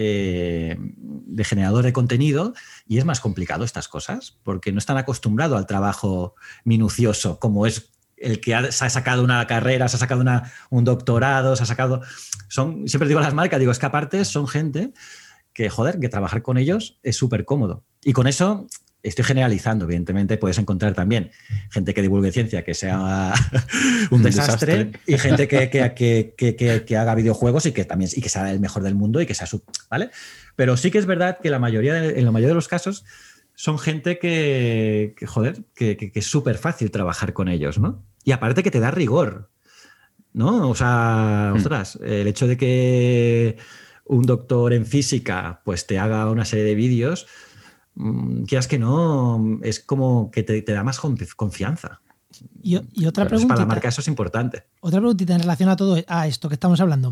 generador de contenido y es más complicado estas cosas porque no están acostumbrados al trabajo minucioso como es el que se ha sacado una carrera, se ha sacado un doctorado, se ha sacado... siempre digo a las marcas, digo, es que aparte son gente que, joder, que trabajar con ellos es súper cómodo. Y con eso estoy generalizando, evidentemente puedes encontrar también gente que divulgue ciencia que sea un desastre y gente que haga videojuegos y que sea el mejor del mundo y que sea ¿vale? Pero sí que es verdad que en la mayoría de los casos son gente que es súper fácil trabajar con ellos, ¿no? Y aparte que te da rigor, ¿no? O sea, ostras, el hecho de que un doctor en física pues te haga una serie de vídeos, quieras que no, es como que te da más confianza. Y otra pregunta. Para la marca eso es importante. Otra preguntita en relación a esto que estamos hablando.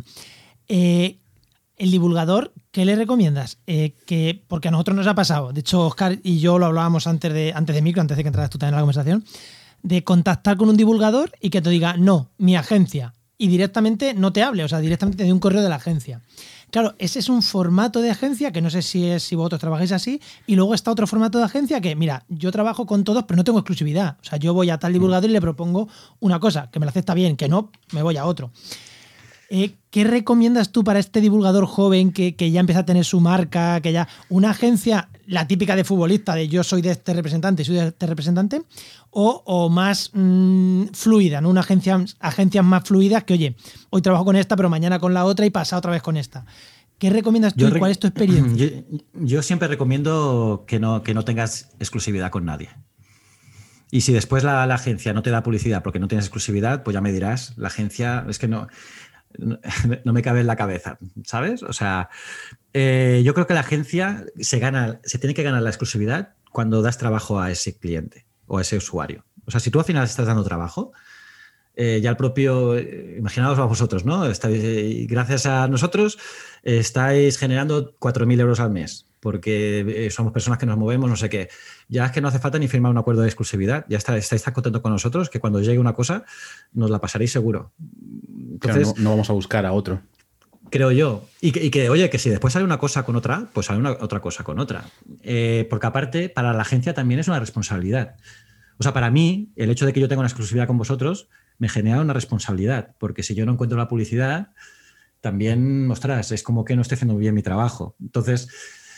El divulgador, ¿qué le recomiendas? Porque a nosotros nos ha pasado, de hecho Óscar y yo lo hablábamos antes de que entraras tú también en la conversación, de contactar con un divulgador y que te diga, no, mi agencia, y directamente no te hable, o sea, directamente te dé un correo de la agencia. Claro, ese es un formato de agencia que no sé si vosotros trabajáis así, y luego está otro formato de agencia que, mira, yo trabajo con todos, pero no tengo exclusividad. O sea, yo voy a tal divulgador y le propongo una cosa, que me la acepta bien, que no, me voy a otro. ¿Qué recomiendas tú para este divulgador joven que ya empieza a tener su marca, que ya una agencia, la típica de futbolista, de yo soy de este representante, soy de este representante, o más fluida, ¿no? Agencias más fluidas que, oye, hoy trabajo con esta, pero mañana con la otra y pasa otra vez con esta? ¿Qué recomiendas tú y cuál es tu experiencia? Yo siempre recomiendo que no tengas exclusividad con nadie. Y si después la agencia no te da publicidad porque no tienes exclusividad, pues ya me dirás, la agencia, es que no me cabe en la cabeza, ¿sabes? O sea, yo creo que la agencia se tiene que ganar la exclusividad cuando das trabajo a ese cliente o a ese usuario. O sea, si tú al final estás dando trabajo, ya el propio, imaginaos a vosotros, ¿no? Gracias a nosotros estáis generando 4.000 euros al mes porque somos personas que nos movemos, no sé qué. Ya es que no hace falta ni firmar un acuerdo de exclusividad. Ya estáis tan contentos con nosotros que cuando llegue una cosa nos la pasaréis seguro. Entonces, claro, no vamos a buscar a otro. Creo yo. Y que, oye, que si después sale una cosa con otra, pues sale otra cosa con otra. Porque aparte, para la agencia también es una responsabilidad. O sea, para mí, el hecho de que yo tenga una exclusividad con vosotros me genera una responsabilidad. Porque si yo no encuentro la publicidad, también, ostras, es como que no estoy haciendo bien mi trabajo. Entonces,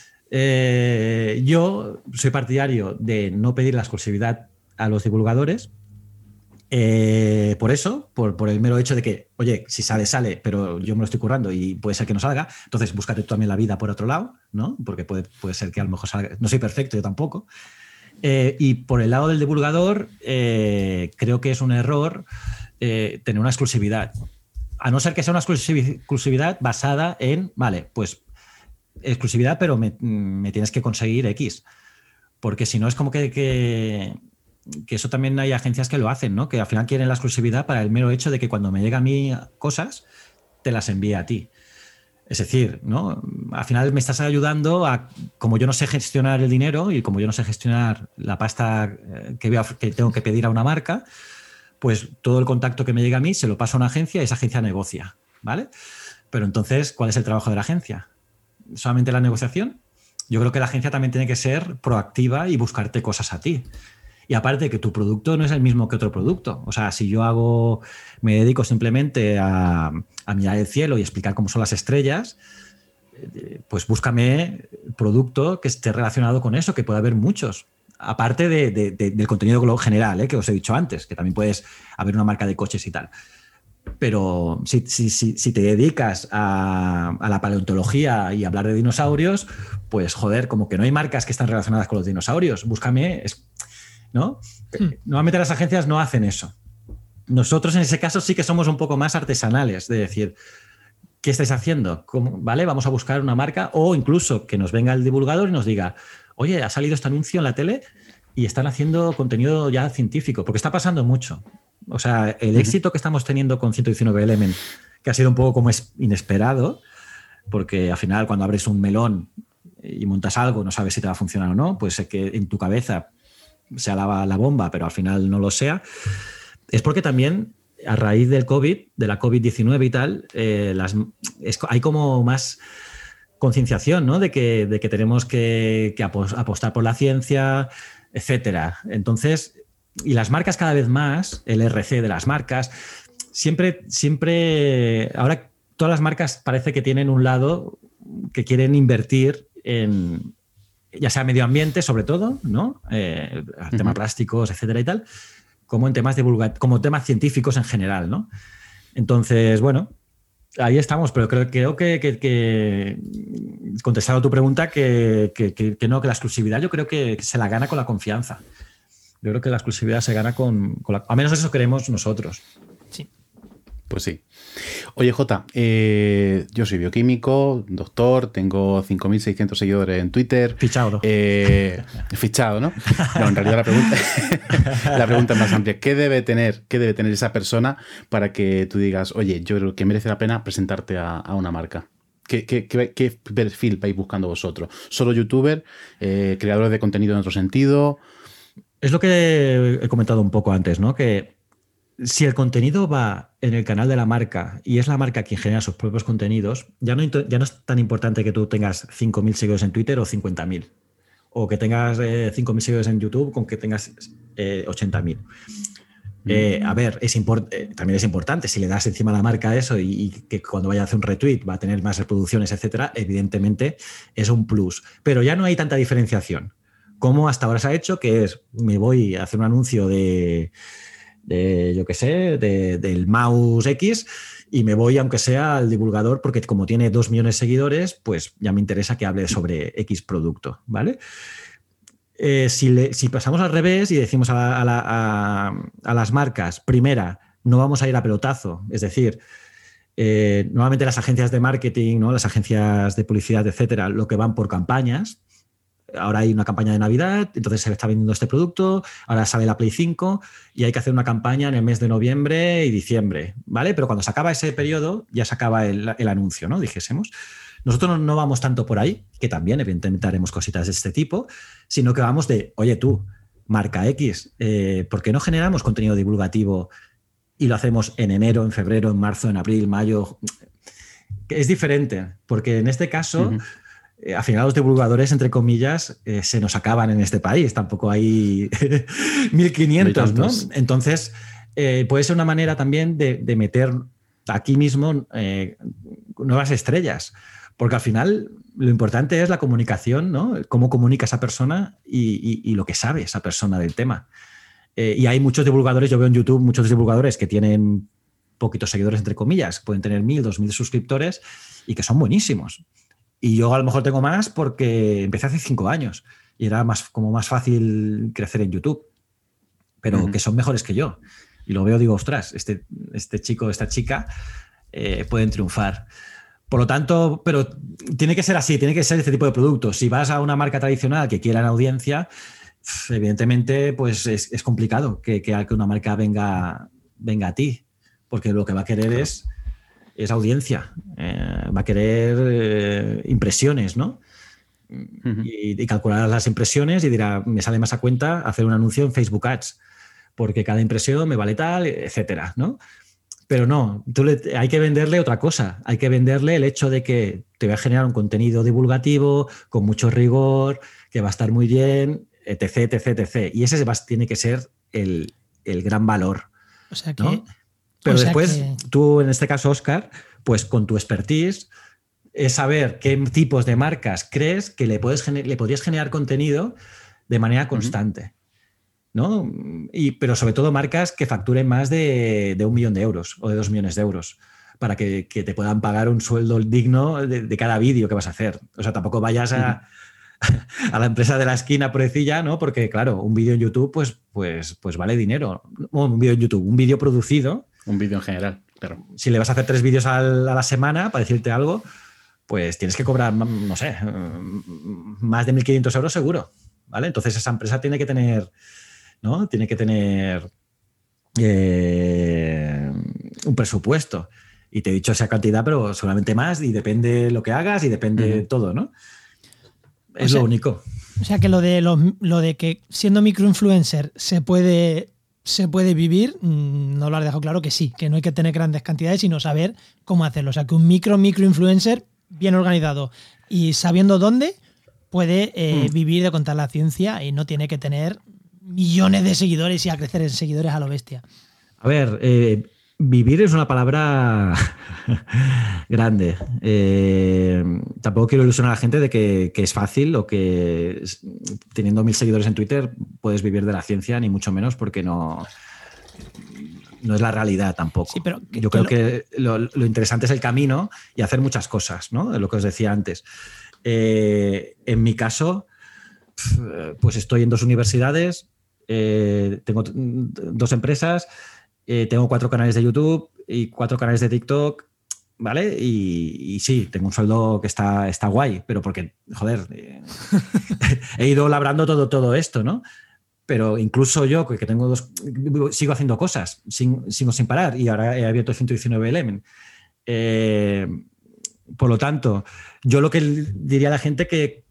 yo soy partidario de no pedir la exclusividad a los divulgadores. Por eso, por el mero hecho de que, oye, si sale, pero yo me lo estoy currando y puede ser que no salga, entonces búscate tú también la vida por otro lado, ¿no? Porque puede ser que a lo mejor salga. No soy perfecto, yo tampoco. Y por el lado del divulgador, creo que es un error tener una exclusividad. A no ser que sea una exclusividad basada en, vale, pues exclusividad, pero me tienes que conseguir X. Porque si no es como que eso también hay agencias que lo hacen, ¿no? Que al final quieren la exclusividad para el mero hecho de que cuando me llega a mí cosas, te las envíe a ti. Es decir, ¿no? Al final me estás ayudando a, como yo no sé gestionar el dinero y como yo no sé gestionar la pasta que tengo que pedir a una marca, pues todo el contacto que me llega a mí se lo paso a una agencia y esa agencia negocia, ¿vale? Pero entonces, ¿cuál es el trabajo de la agencia? ¿Solamente la negociación? Yo creo que la agencia también tiene que ser proactiva y buscarte cosas a ti. Y aparte que tu producto no es el mismo que otro producto. O sea, si yo me dedico simplemente a mirar el cielo y explicar cómo son las estrellas, pues búscame producto que esté relacionado con eso, que puede haber muchos. Aparte del contenido general, que os he dicho antes, que también puedes haber una marca de coches y tal. Pero si te dedicas a la paleontología y hablar de dinosaurios, pues joder, como que no hay marcas que están relacionadas con los dinosaurios. Búscame, ¿no? Normalmente las agencias no hacen eso. Nosotros en ese caso sí que somos un poco más artesanales, de decir, ¿qué estáis haciendo? ¿Vale? Vamos a buscar una marca o incluso que nos venga el divulgador y nos diga, oye, ha salido este anuncio en la tele y están haciendo contenido ya científico, porque está pasando mucho. O sea, el éxito que estamos teniendo con 119 Element, que ha sido un poco como inesperado, porque al final cuando abres un melón y montas algo, no sabes si te va a funcionar o no, pues es que en tu cabeza sea la bomba, pero al final no lo sea, es porque también a raíz del COVID, de la COVID-19 y tal, hay como más concienciación, ¿no? de que tenemos que apostar por la ciencia, etcétera. Entonces, y las marcas cada vez más, el RC de las marcas, siempre, ahora todas las marcas parece que tienen un lado que quieren invertir en, ya sea medio ambiente sobre todo, ¿no? Temas plásticos, etcétera y tal, como en temas como temas científicos en general, ¿no? Entonces, bueno, ahí estamos, pero creo que contestado a tu pregunta, que no, que la exclusividad yo creo que se la gana con la confianza. Yo creo que la exclusividad se gana con la... Al menos eso queremos nosotros. Sí. Pues sí. Oye, Jota, yo soy bioquímico, doctor, tengo 5.600 seguidores en Twitter. Fichado, ¿no? Fichado, ¿no? No, en realidad la pregunta es más amplia. ¿Qué debe tener esa persona para que tú digas, oye, yo creo que merece la pena presentarte a una marca? ¿Qué perfil vais buscando vosotros? ¿Solo youtuber? ¿Creadores de contenido en otro sentido? Es lo que he comentado un poco antes, ¿no? Que si el contenido va en el canal de la marca y es la marca quien genera sus propios contenidos, ya no es tan importante que tú tengas 5.000 seguidores en Twitter o 50.000. O que tengas 5.000 seguidores en YouTube con que tengas 80.000. A ver, también es importante, si le das encima a la marca eso y que cuando vaya a hacer un retweet va a tener más reproducciones, etcétera, evidentemente es un plus. Pero ya no hay tanta diferenciación como hasta ahora se ha hecho, que es, me voy a hacer un anuncio del mouse X y me voy, aunque sea al divulgador, porque como tiene 2 millones de seguidores, pues ya me interesa que hable sobre X producto, ¿vale? Si pasamos al revés y decimos a las marcas, primera, no vamos a ir a pelotazo, es decir, normalmente las agencias de marketing, ¿no? Las agencias de publicidad, etcétera, lo que van por campañas. Ahora hay una campaña de Navidad, entonces se está vendiendo este producto, ahora sale la Play 5 y hay que hacer una campaña en el mes de noviembre y diciembre, ¿vale? Pero cuando se acaba ese periodo, ya se acaba el anuncio, ¿no? Dijésemos. Nosotros no vamos tanto por ahí, que también evidentemente haremos cositas de este tipo, sino que vamos de, oye tú, marca X, ¿por qué no generamos contenido divulgativo y lo hacemos en enero, en febrero, en marzo, en abril, mayo? Es diferente, porque en este caso... Al final los divulgadores, entre comillas, se nos acaban en este país. Tampoco hay 1.500, ¿no? Entonces, puede ser una manera también de meter aquí mismo nuevas estrellas. Porque al final lo importante es la comunicación, ¿no? Cómo comunica esa persona y lo que sabe esa persona del tema. Y hay muchos divulgadores, yo veo en YouTube muchos divulgadores que tienen poquitos seguidores, entre comillas, pueden tener 1.000, 2.000 suscriptores y que son buenísimos. Y yo a lo mejor tengo más porque empecé hace 5 años y era más fácil crecer en YouTube, pero que son mejores que yo. Y lo veo, digo, ostras, este chico, esta chica pueden triunfar. Por lo tanto, pero tiene que ser así, tiene que ser este tipo de productos. Si vas a una marca tradicional que quiera la audiencia, evidentemente pues es complicado que una marca venga a ti, porque lo que va a querer es es audiencia. Va a querer impresiones, ¿no? Y calculará las impresiones y dirá, me sale más a cuenta hacer un anuncio en Facebook Ads, porque cada impresión me vale tal, etcétera, ¿no? Pero no, hay que venderle otra cosa. Hay que venderle el hecho de que te va a generar un contenido divulgativo, con mucho rigor, que va a estar muy bien, etc, etc, etc. Y ese tiene que ser el gran valor. O sea que... ¿no? Pero después, tú, en este caso, Óscar, pues con tu expertise, es saber qué tipos de marcas crees que le podrías generar contenido de manera constante. ¿No? Pero sobre todo marcas que facturen más de 1 millón de euros o de 2 millones de euros para que te puedan pagar un sueldo digno de cada vídeo que vas a hacer. O sea, tampoco vayas a la empresa de la esquina pobrecilla, ¿no? Porque, claro, un vídeo en YouTube pues vale dinero. Un vídeo en YouTube, un vídeo producido. Un vídeo en general, claro. Si le vas a hacer 3 vídeos a la semana, para decirte algo, pues tienes que cobrar, no sé, más de 1.500 euros seguro, ¿vale? Entonces esa empresa tiene que tener... ¿no? Tiene que tener un presupuesto. Y te he dicho esa cantidad, pero seguramente más, y depende lo que hagas y depende todo, ¿no? Es lo único. O sea que lo de que siendo microinfluencer se puede vivir, no lo has dejado claro que sí, que no hay que tener grandes cantidades, sino saber cómo hacerlo. O sea que un microinfluencer bien organizado y sabiendo dónde puede vivir de contar la ciencia y no tiene que tener millones de seguidores y a crecer en seguidores a lo bestia. A ver, vivir es una palabra grande. Tampoco quiero ilusionar a la gente de que es fácil o que teniendo 1.000 seguidores en Twitter puedes vivir de la ciencia, ni mucho menos, porque no es la realidad tampoco. Sí, pero yo creo que lo interesante es el camino y hacer muchas cosas, ¿no? Lo que os decía antes. En mi caso, pues estoy en 2 universidades, tengo 2 empresas, tengo 4 canales de YouTube y 4 canales de TikTok, ¿vale? Y sí, tengo un sueldo que está guay, pero porque, joder, he ido labrando todo esto, ¿no? Pero incluso yo, que tengo sigo haciendo cosas, sigo sin parar, y ahora he abierto 119 Element. Por lo tanto, yo lo que diría a la gente que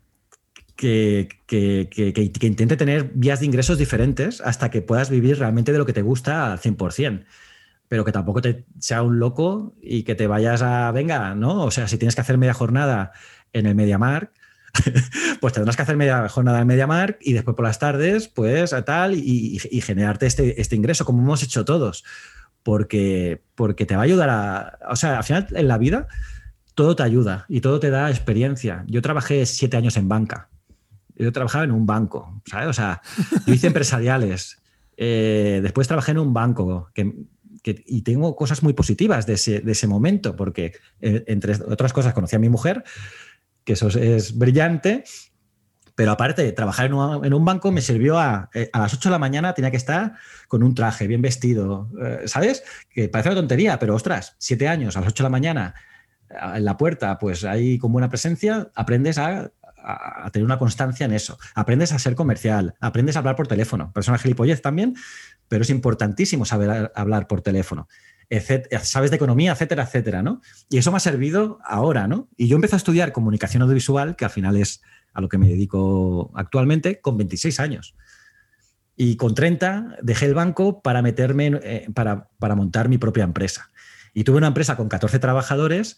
intente tener vías de ingresos diferentes hasta que puedas vivir realmente de lo que te gusta al 100%, pero que tampoco sea un loco y que te vayas venga, ¿no? O sea, si tienes que hacer media jornada en el MediaMarkt, pues tendrás que hacer media jornada en MediaMarkt y después por las tardes, pues tal, y generarte este ingreso, como hemos hecho todos, porque te va a ayudar o sea, al final en la vida todo te ayuda y todo te da experiencia. Yo trabajé 7 años en banca. Yo trabajaba en un banco, ¿sabes? O sea, yo hice empresariales. Después trabajé en un banco y tengo cosas muy positivas de ese momento, porque entre otras cosas conocí a mi mujer, que eso es brillante, pero aparte de trabajar en un banco me sirvió a las 8 de la mañana tenía que estar con un traje, bien vestido, ¿sabes? Que parece una tontería, pero ostras, 7 años a las 8 de la mañana en la puerta, pues ahí con buena presencia, aprendes a tener una constancia en eso. Aprendes a ser comercial, aprendes a hablar por teléfono. Persona gilipollez también, pero es importantísimo saber hablar por teléfono. Sabes de economía, etcétera, etcétera, ¿no? Y eso me ha servido ahora, ¿no? Y yo empecé a estudiar comunicación audiovisual, que al final es a lo que me dedico actualmente, con 26 años. Y con 30 dejé el banco para meterme, para montar mi propia empresa. Y tuve una empresa con 14 trabajadores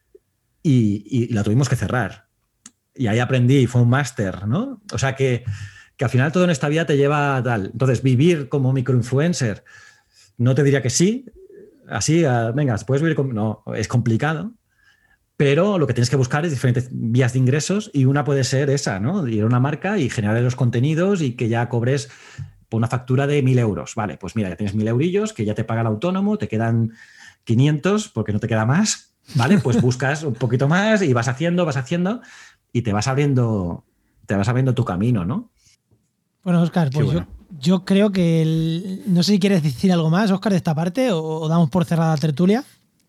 y la tuvimos que cerrar. Y ahí aprendí, fue un máster, ¿no? O sea que al final todo en esta vida te lleva a tal. Entonces, vivir como microinfluencer, no te diría que sí, así, venga, puedes vivir como... No, es complicado, pero lo que tienes que buscar es diferentes vías de ingresos y una puede ser esa, ¿no? Ir a una marca y generar los contenidos y que ya cobres por una factura de 1.000 euros. Vale, pues mira, ya tienes 1.000 eurillos que ya te paga el autónomo, te quedan 500 porque no te queda más, ¿vale? Pues buscas un poquito más y vas haciendo y te vas abriendo tu camino, ¿no? Bueno, Óscar, pues bueno. Yo creo que no sé si quieres decir algo más, Óscar, de esta parte o damos por cerrada la tertulia.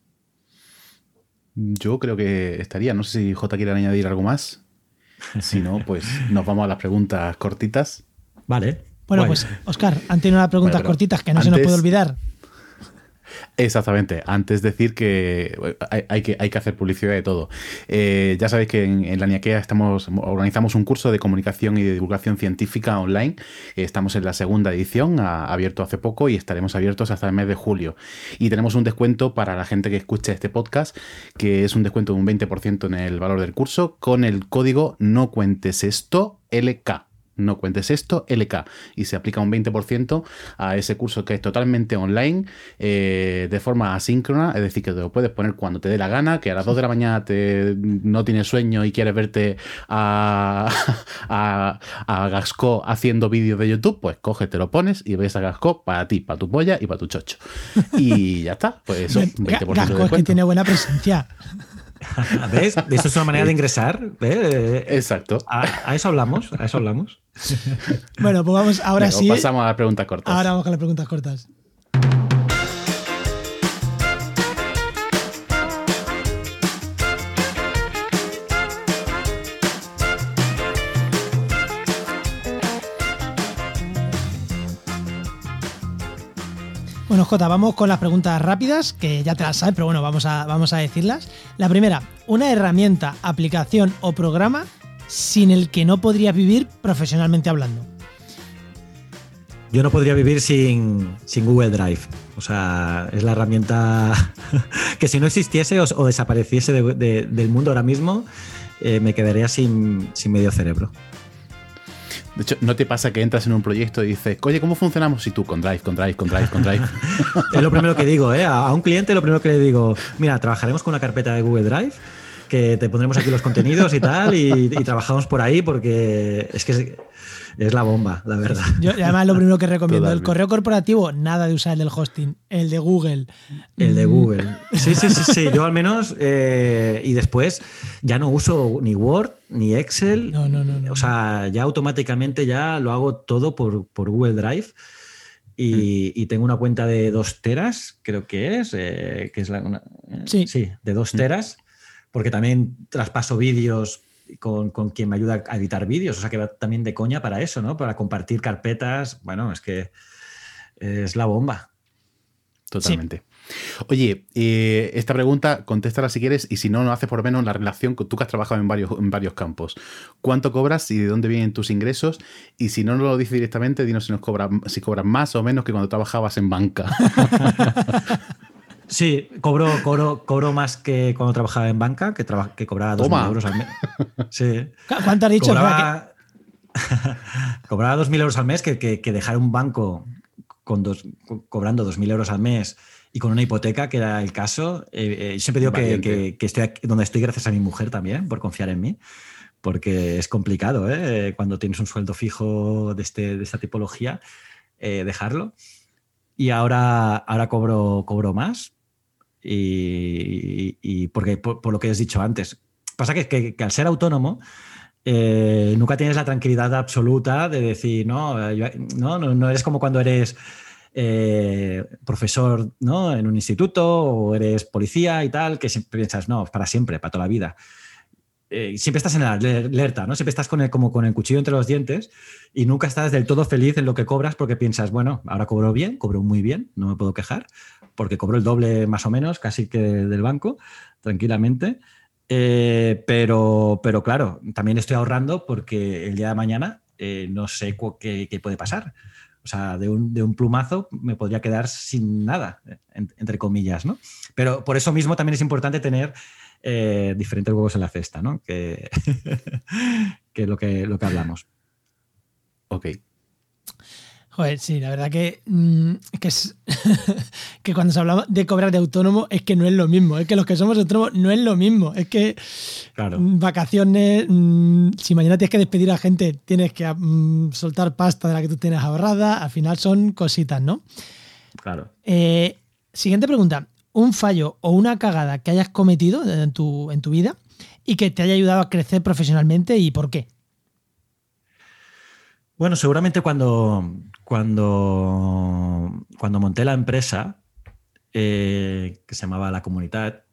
Yo creo que estaría. No sé si J quiere añadir algo más. Si no, pues nos vamos a las preguntas cortitas. Vale. Bueno, pues, Óscar, han tenido unas preguntas cortitas que no se nos puede olvidar. Exactamente. Antes decir que hay que hacer publicidad de todo. Ya sabéis que en la Niaquea organizamos un curso de comunicación y de divulgación científica online. Estamos en la segunda edición, abierto hace poco, y estaremos abiertos hasta el mes de julio. Y tenemos un descuento para la gente que escuche este podcast, que es un descuento de un 20% en el valor del curso, con el código No Cuentes Esto LK. No Cuentes Esto LK, y se aplica un 20% a ese curso, que es totalmente online, de forma asíncrona, es decir, que te lo puedes poner cuando te dé la gana, que a las 2 de la mañana no tienes sueño y quieres verte a Gasco haciendo vídeos de YouTube, pues coge, te lo pones y ves a Gasco para ti, para tu polla y para tu chocho. Y ya está, pues eso, 20% de descuento. Es que tiene buena presencia. ¿Ves? Eso es una manera de ingresar. Exacto. A eso hablamos, Bueno, pues vamos, ahora Venga, sí. Pasamos a las preguntas cortas. Ahora vamos con las preguntas cortas. Bueno, Jota, vamos con las preguntas rápidas, que ya te las sabes, pero bueno, vamos a decirlas. La primera, una herramienta, aplicación o programa sin el que no podrías vivir profesionalmente hablando. Yo no podría vivir sin Google Drive. O sea, es la herramienta que si no existiese o desapareciese del mundo ahora mismo, me quedaría sin medio cerebro. De hecho, ¿no te pasa que entras en un proyecto y dices, oye, ¿cómo funcionamos? Y tú, con Drive. Es lo primero que digo, a un cliente lo primero que le digo, mira, trabajaremos con una carpeta de Google Drive, que te pondremos aquí los contenidos y tal, y trabajamos por ahí porque es que es la bomba, la verdad. Yo además lo primero que recomiendo, el correo corporativo, nada de usar el del hosting, el de Google. El de Google. Sí. Yo al menos, y después ya no uso ni Word ni Excel. No. O sea, ya automáticamente ya lo hago todo por Google Drive. Y tengo una cuenta de 2 teras, creo que es de 2 teras, porque también traspaso vídeos con quien me ayuda a editar vídeos, o sea que va también de coña para eso, ¿no? Para compartir carpetas. Bueno, es que es la bomba. Totalmente. Sí. Oye, esta pregunta, contéstala si quieres, y si no, no haces por lo menos la relación con tú, que has trabajado en varios campos. ¿Cuánto cobras y de dónde vienen tus ingresos? Y si no nos lo dices directamente, dinos si cobras más o menos que cuando trabajabas en banca. Sí, cobro más que cuando trabajaba en banca, que cobraba 2.000 euros al mes. Sí. ¿Cuánto has dicho? Cobraba 2.000 euros al mes, que dejar un banco cobrando 2.000 euros al mes y con una hipoteca, que era el caso. Siempre digo que estoy aquí, donde estoy gracias a mi mujer también, por confiar en mí, porque es complicado, cuando tienes un sueldo fijo de esta tipología, dejarlo. Y ahora cobro más, y porque por lo que has dicho antes. Pasa que al ser autónomo, nunca tienes la tranquilidad absoluta de decir, no eres como cuando eres profesor, ¿no?, en un instituto, o eres policía y tal, que siempre piensas, no, para siempre, para toda la vida. Siempre estás en la alerta, ¿no? Siempre estás como con el cuchillo entre los dientes, y nunca estás del todo feliz en lo que cobras, porque piensas, bueno, ahora cobro muy bien, no me puedo quejar, porque cobro el doble más o menos, casi que del banco, tranquilamente. Pero claro, también estoy ahorrando porque el día de mañana no sé qué puede pasar. O sea, de un plumazo me podría quedar sin nada, entre comillas, ¿no? Pero por eso mismo también es importante tener diferentes huevos en la cesta, ¿no? Que es lo que hablamos. Ok. Joder, sí, la verdad que es que cuando se habla de cobrar de autónomo es que no es lo mismo, es que los que somos autónomos no es lo mismo, es que claro, vacaciones, si mañana tienes que despedir a gente, tienes que soltar pasta de la que tú tienes ahorrada, al final son cositas, ¿no? Claro. Siguiente pregunta, un fallo o una cagada que hayas cometido en tu vida y que te haya ayudado a crecer profesionalmente, ¿y por qué? Bueno, seguramente cuando monté la empresa, que se llamaba La Comunitat,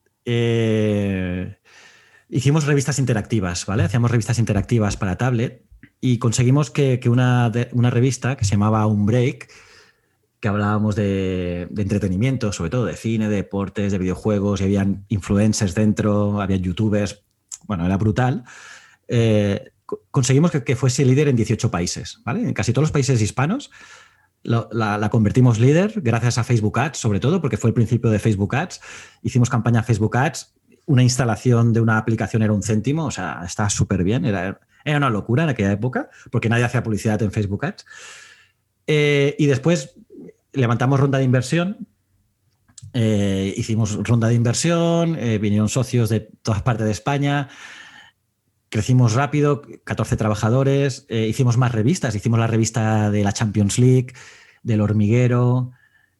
hicimos revistas interactivas, ¿vale? Hacíamos revistas interactivas para tablet, y conseguimos que una revista que se llamaba Un Break que hablábamos de entretenimiento, sobre todo de cine, de deportes, de videojuegos, y habían influencers dentro, había youtubers, bueno, era brutal. Conseguimos que fuese líder en 18 países, ¿vale? En casi todos los países hispanos la convertimos líder gracias a Facebook Ads, sobre todo, porque fue el principio de Facebook Ads. Hicimos campaña Facebook Ads, una instalación de una aplicación era 1 céntimo, o sea, estaba súper bien, era una locura en aquella época, porque nadie hacía publicidad en Facebook Ads. Y después levantamos ronda de inversión, hicimos ronda de inversión, vinieron socios de todas partes de España, crecimos rápido, 14 trabajadores, hicimos más revistas, hicimos la revista de la Champions League, del Hormiguero,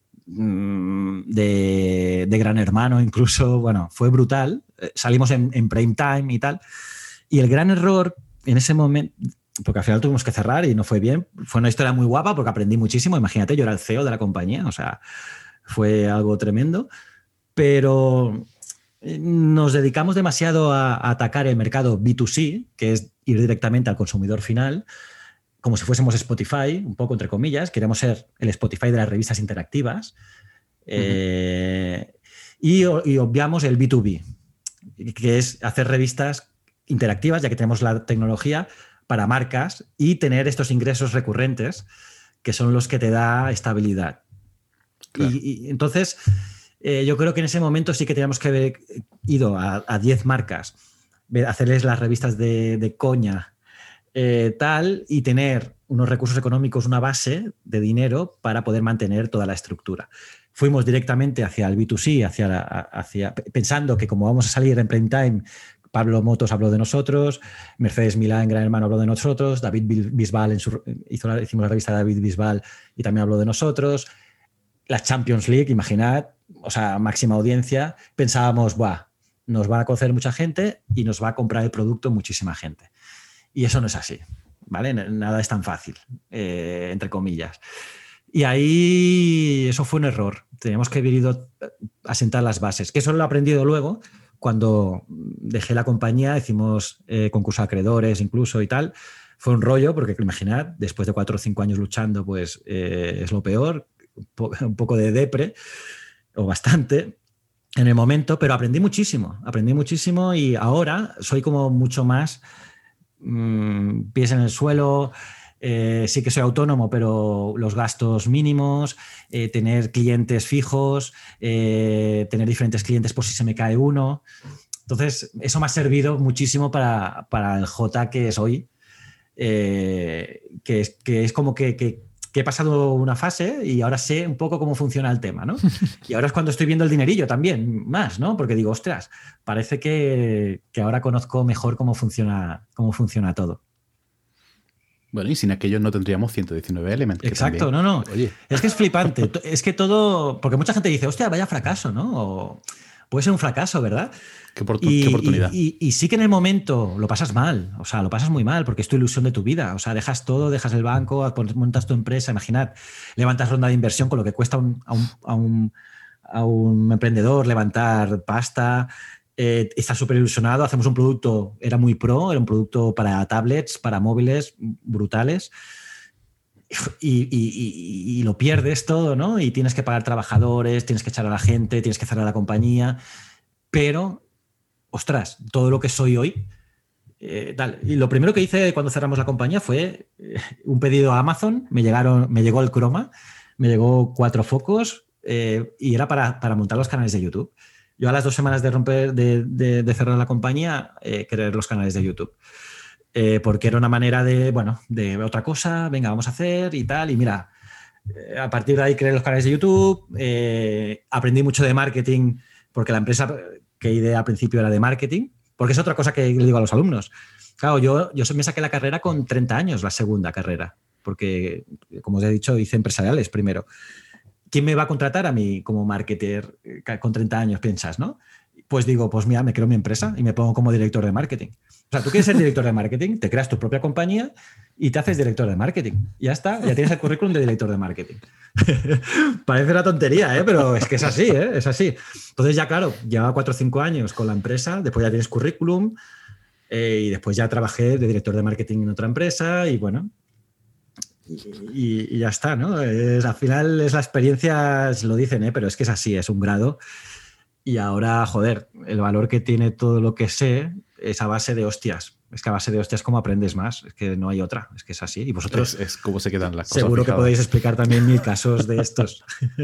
de Gran Hermano incluso, bueno, fue brutal, salimos en prime time y tal, y el gran error en ese momento, porque al final tuvimos que cerrar y no fue bien, fue una historia muy guapa porque aprendí muchísimo, imagínate, yo era el CEO de la compañía, o sea, fue algo tremendo, pero nos dedicamos demasiado a atacar el mercado B2C, que es ir directamente al consumidor final, como si fuésemos Spotify, un poco entre comillas, queremos ser el Spotify de las revistas interactivas, y obviamos el B2B, que es hacer revistas interactivas, ya que tenemos la tecnología para marcas y tener estos ingresos recurrentes que son los que te da estabilidad. Claro. Y entonces, yo creo que en ese momento sí que teníamos que haber ido a 10 marcas, hacerles las revistas de coña, tal, y tener unos recursos económicos, una base de dinero para poder mantener toda la estructura. Fuimos directamente hacia el B2C, pensando que como vamos a salir en prime time, Pablo Motos habló de nosotros, Mercedes Milá en Gran Hermano habló de nosotros, David Bisbal hicimos la revista de David Bisbal y también habló de nosotros. La Champions League, imaginad, o sea, máxima audiencia. Pensábamos, nos va a conocer mucha gente y nos va a comprar el producto muchísima gente. Y eso no es así, ¿vale? Nada es tan fácil, entre comillas. Y ahí eso fue un error. Teníamos que haber ido a sentar las bases, que eso lo he aprendido luego. Cuando dejé la compañía, hicimos concurso de acreedores incluso y tal. Fue un rollo porque, imaginad, después de 4 o 5 años luchando, pues es lo peor, un poco de depre, o bastante, en el momento, pero aprendí muchísimo y ahora soy como mucho más pies en el suelo. Sí que soy autónomo, pero los gastos mínimos, tener clientes fijos, tener diferentes clientes por si se me cae uno. Entonces, eso me ha servido muchísimo para el J que es hoy, que es como que he pasado una fase y ahora sé un poco cómo funciona el tema, ¿no? Y ahora es cuando estoy viendo el dinerillo también, más, ¿no? Porque digo, ostras, parece que ahora conozco mejor cómo funciona todo. Bueno, y sin aquello no tendríamos 119 Elements. Exacto, también, no. Oye. Es que es flipante. Es que todo... Porque mucha gente dice, hostia, vaya fracaso, ¿no? O puede ser un fracaso, ¿verdad? Qué oportunidad. Y sí que en el momento lo pasas mal. O sea, lo pasas muy mal porque es tu ilusión de tu vida. O sea, dejas todo, dejas el banco, montas tu empresa. Imaginad, levantas ronda de inversión con lo que cuesta a un emprendedor levantar pasta... está súper ilusionado, hacemos un producto, era muy pro, era un producto para tablets, para móviles brutales y lo pierdes todo, ¿no? Y tienes que pagar trabajadores, tienes que echar a la gente, tienes que cerrar la compañía, pero, ostras, todo lo que soy hoy, tal. Y lo primero que hice cuando cerramos la compañía fue un pedido a Amazon, me llegó el Chroma, me llegó 4 focos y era para montar los canales de YouTube. Yo a las 2 semanas de cerrar la compañía, crear los canales de YouTube. Porque era una manera de otra cosa, venga, vamos a hacer y tal. Y mira, a partir de ahí creé los canales de YouTube, aprendí mucho de marketing, porque la empresa que ideé al principio era de marketing, porque es otra cosa que le digo a los alumnos. Claro, yo me saqué la carrera con 30 años, la segunda carrera, porque, como os he dicho, hice empresariales primero. ¿Quién me va a contratar a mí como marketer con 30 años, piensas, no? Pues digo, pues mira, me creo mi empresa y me pongo como director de marketing. O sea, tú quieres ser director de marketing, te creas tu propia compañía y te haces director de marketing. Ya está, ya tienes el currículum de director de marketing. Parece una tontería, pero es que es así, es así. Entonces ya, claro, llevaba 4 o 5 años con la empresa, después ya tienes currículum y después ya trabajé de director de marketing en otra empresa y bueno... y ya está, ¿no? Al final es la experiencia, lo dicen, pero es que es así, es un grado. Y ahora, joder, el valor que tiene todo lo que sé es a base de hostias. Es que a base de hostias, ¿cómo aprendes más? Es que no hay otra, es que es así. Y vosotros es como se quedan las cosas. Seguro que podéis explicar también 1000 casos de estos.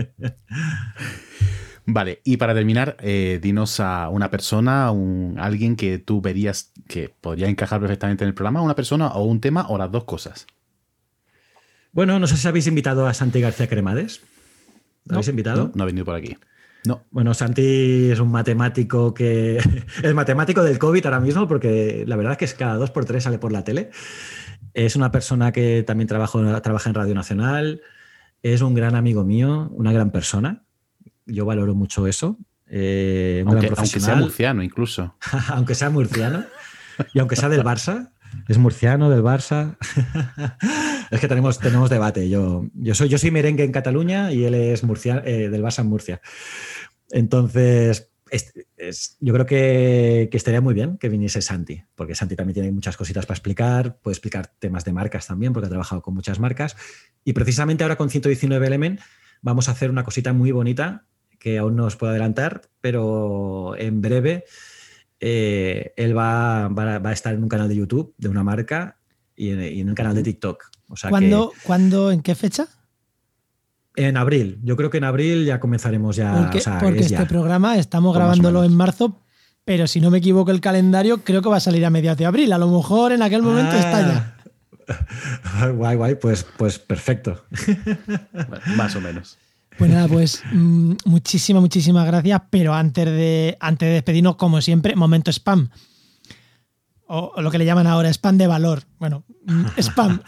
Vale, y para terminar, dinos a una persona, alguien que tú verías que podría encajar perfectamente en el programa, una persona o un tema o las dos cosas. Bueno, no sé si habéis invitado a Santi García Cremades. ¿Lo habéis invitado? No ha venido por aquí. No. Bueno, Santi es un matemático que... es matemático del COVID ahora mismo, porque la verdad es que cada 2x3 sale por la tele. Es una persona que también trabaja en Radio Nacional. Es un gran amigo mío, una gran persona. Yo valoro mucho eso. Aunque sea murciano incluso. Aunque sea murciano. Y aunque sea del Barça. Es murciano, del Barça. Es que tenemos debate. Yo soy merengue en Cataluña y él es del Barça en Murcia. Entonces, yo creo que estaría muy bien que viniese Santi, porque Santi también tiene muchas cositas para explicar, puede explicar temas de marcas también, porque ha trabajado con muchas marcas. Y precisamente ahora con 119 Element vamos a hacer una cosita muy bonita que aún no os puedo adelantar, pero en breve él va a estar en un canal de YouTube de una marca y en un canal de TikTok. O sea, ¿Cuándo? ¿En qué fecha? En abril. Yo creo que en abril ya comenzaremos ya. Porque este programa estamos grabándolo en marzo, pero si no me equivoco el calendario, creo que va a salir a mediados de abril. A lo mejor en aquel momento está ya. Guay, pues perfecto. Bueno, más o menos. Pues nada, pues muchísimas gracias, pero antes de despedirnos, como siempre, momento spam. O lo que le llaman ahora spam de valor. Bueno, spam.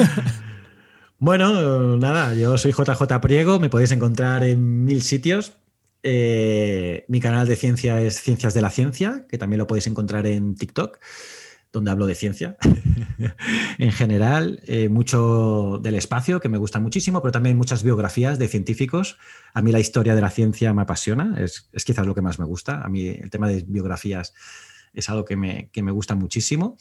Bueno, nada, yo soy JJ Priego, me podéis encontrar en 1000 sitios. Mi canal de ciencia es Ciencias de la Ciencia, que también lo podéis encontrar en TikTok, donde hablo de ciencia en general, mucho del espacio, que me gusta muchísimo, pero también muchas biografías de científicos. A mí la historia de la ciencia me apasiona, es quizás lo que más me gusta. A mí el tema de biografías es algo que me gusta muchísimo.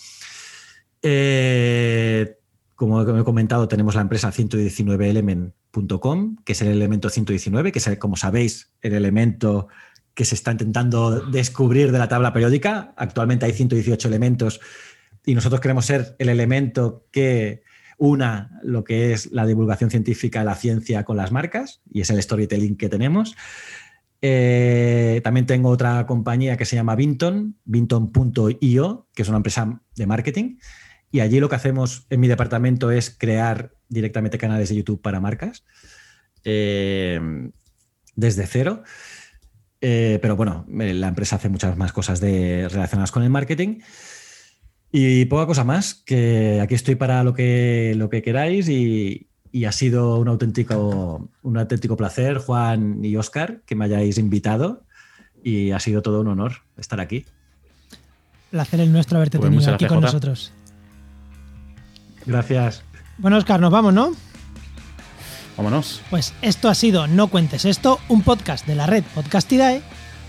Como he comentado, tenemos la empresa 119element.com, que es el elemento 119, que es, como sabéis, el elemento que se está intentando descubrir de la tabla periódica. Actualmente hay 118 elementos y nosotros queremos ser el elemento que una lo que es la divulgación científica de la ciencia con las marcas, y es el storytelling que tenemos. También tengo otra compañía que se llama Vinton.io, que es una empresa de marketing. Y allí lo que hacemos en mi departamento es crear directamente canales de YouTube para marcas desde cero. Pero bueno, la empresa hace muchas más cosas relacionadas con el marketing. Y poca cosa más, que aquí estoy para lo que queráis y ha sido un auténtico placer, Juan y Óscar, que me hayáis invitado y ha sido todo un honor estar aquí. Placer el nuestro haberte tenido aquí con nosotros. Gracias. Bueno, Óscar, nos vamos, ¿no? Vámonos. Pues esto ha sido No Cuentes Esto, un podcast de la red Podcastidae.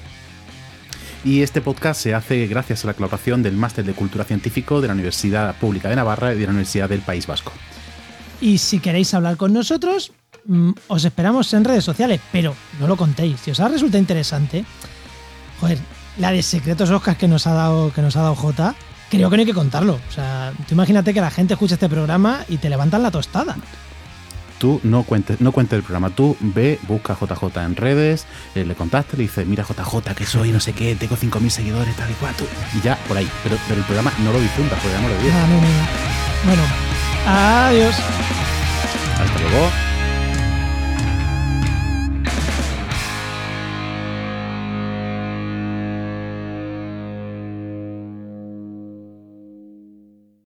Y este podcast se hace gracias a la colaboración del Máster de Cultura Científico de la Universidad Pública de Navarra y de la Universidad del País Vasco. Y si queréis hablar con nosotros, os esperamos en redes sociales, pero no lo contéis. Si os ha resultado interesante, joder, la de secretos, Óscar, que nos ha dado Jota, creo que no hay que contarlo. O sea, tú imagínate que la gente escucha este programa y te levantan la tostada. Tú no cuentes el programa, tú ve, busca JJ en redes, le contactas, le dices, mira JJ, que soy no sé qué, tengo 5.000 seguidores, tal y cual, y ya, por ahí. Pero el programa no lo difundas, porque ya no lo digas. No. Bueno, adiós. Hasta luego.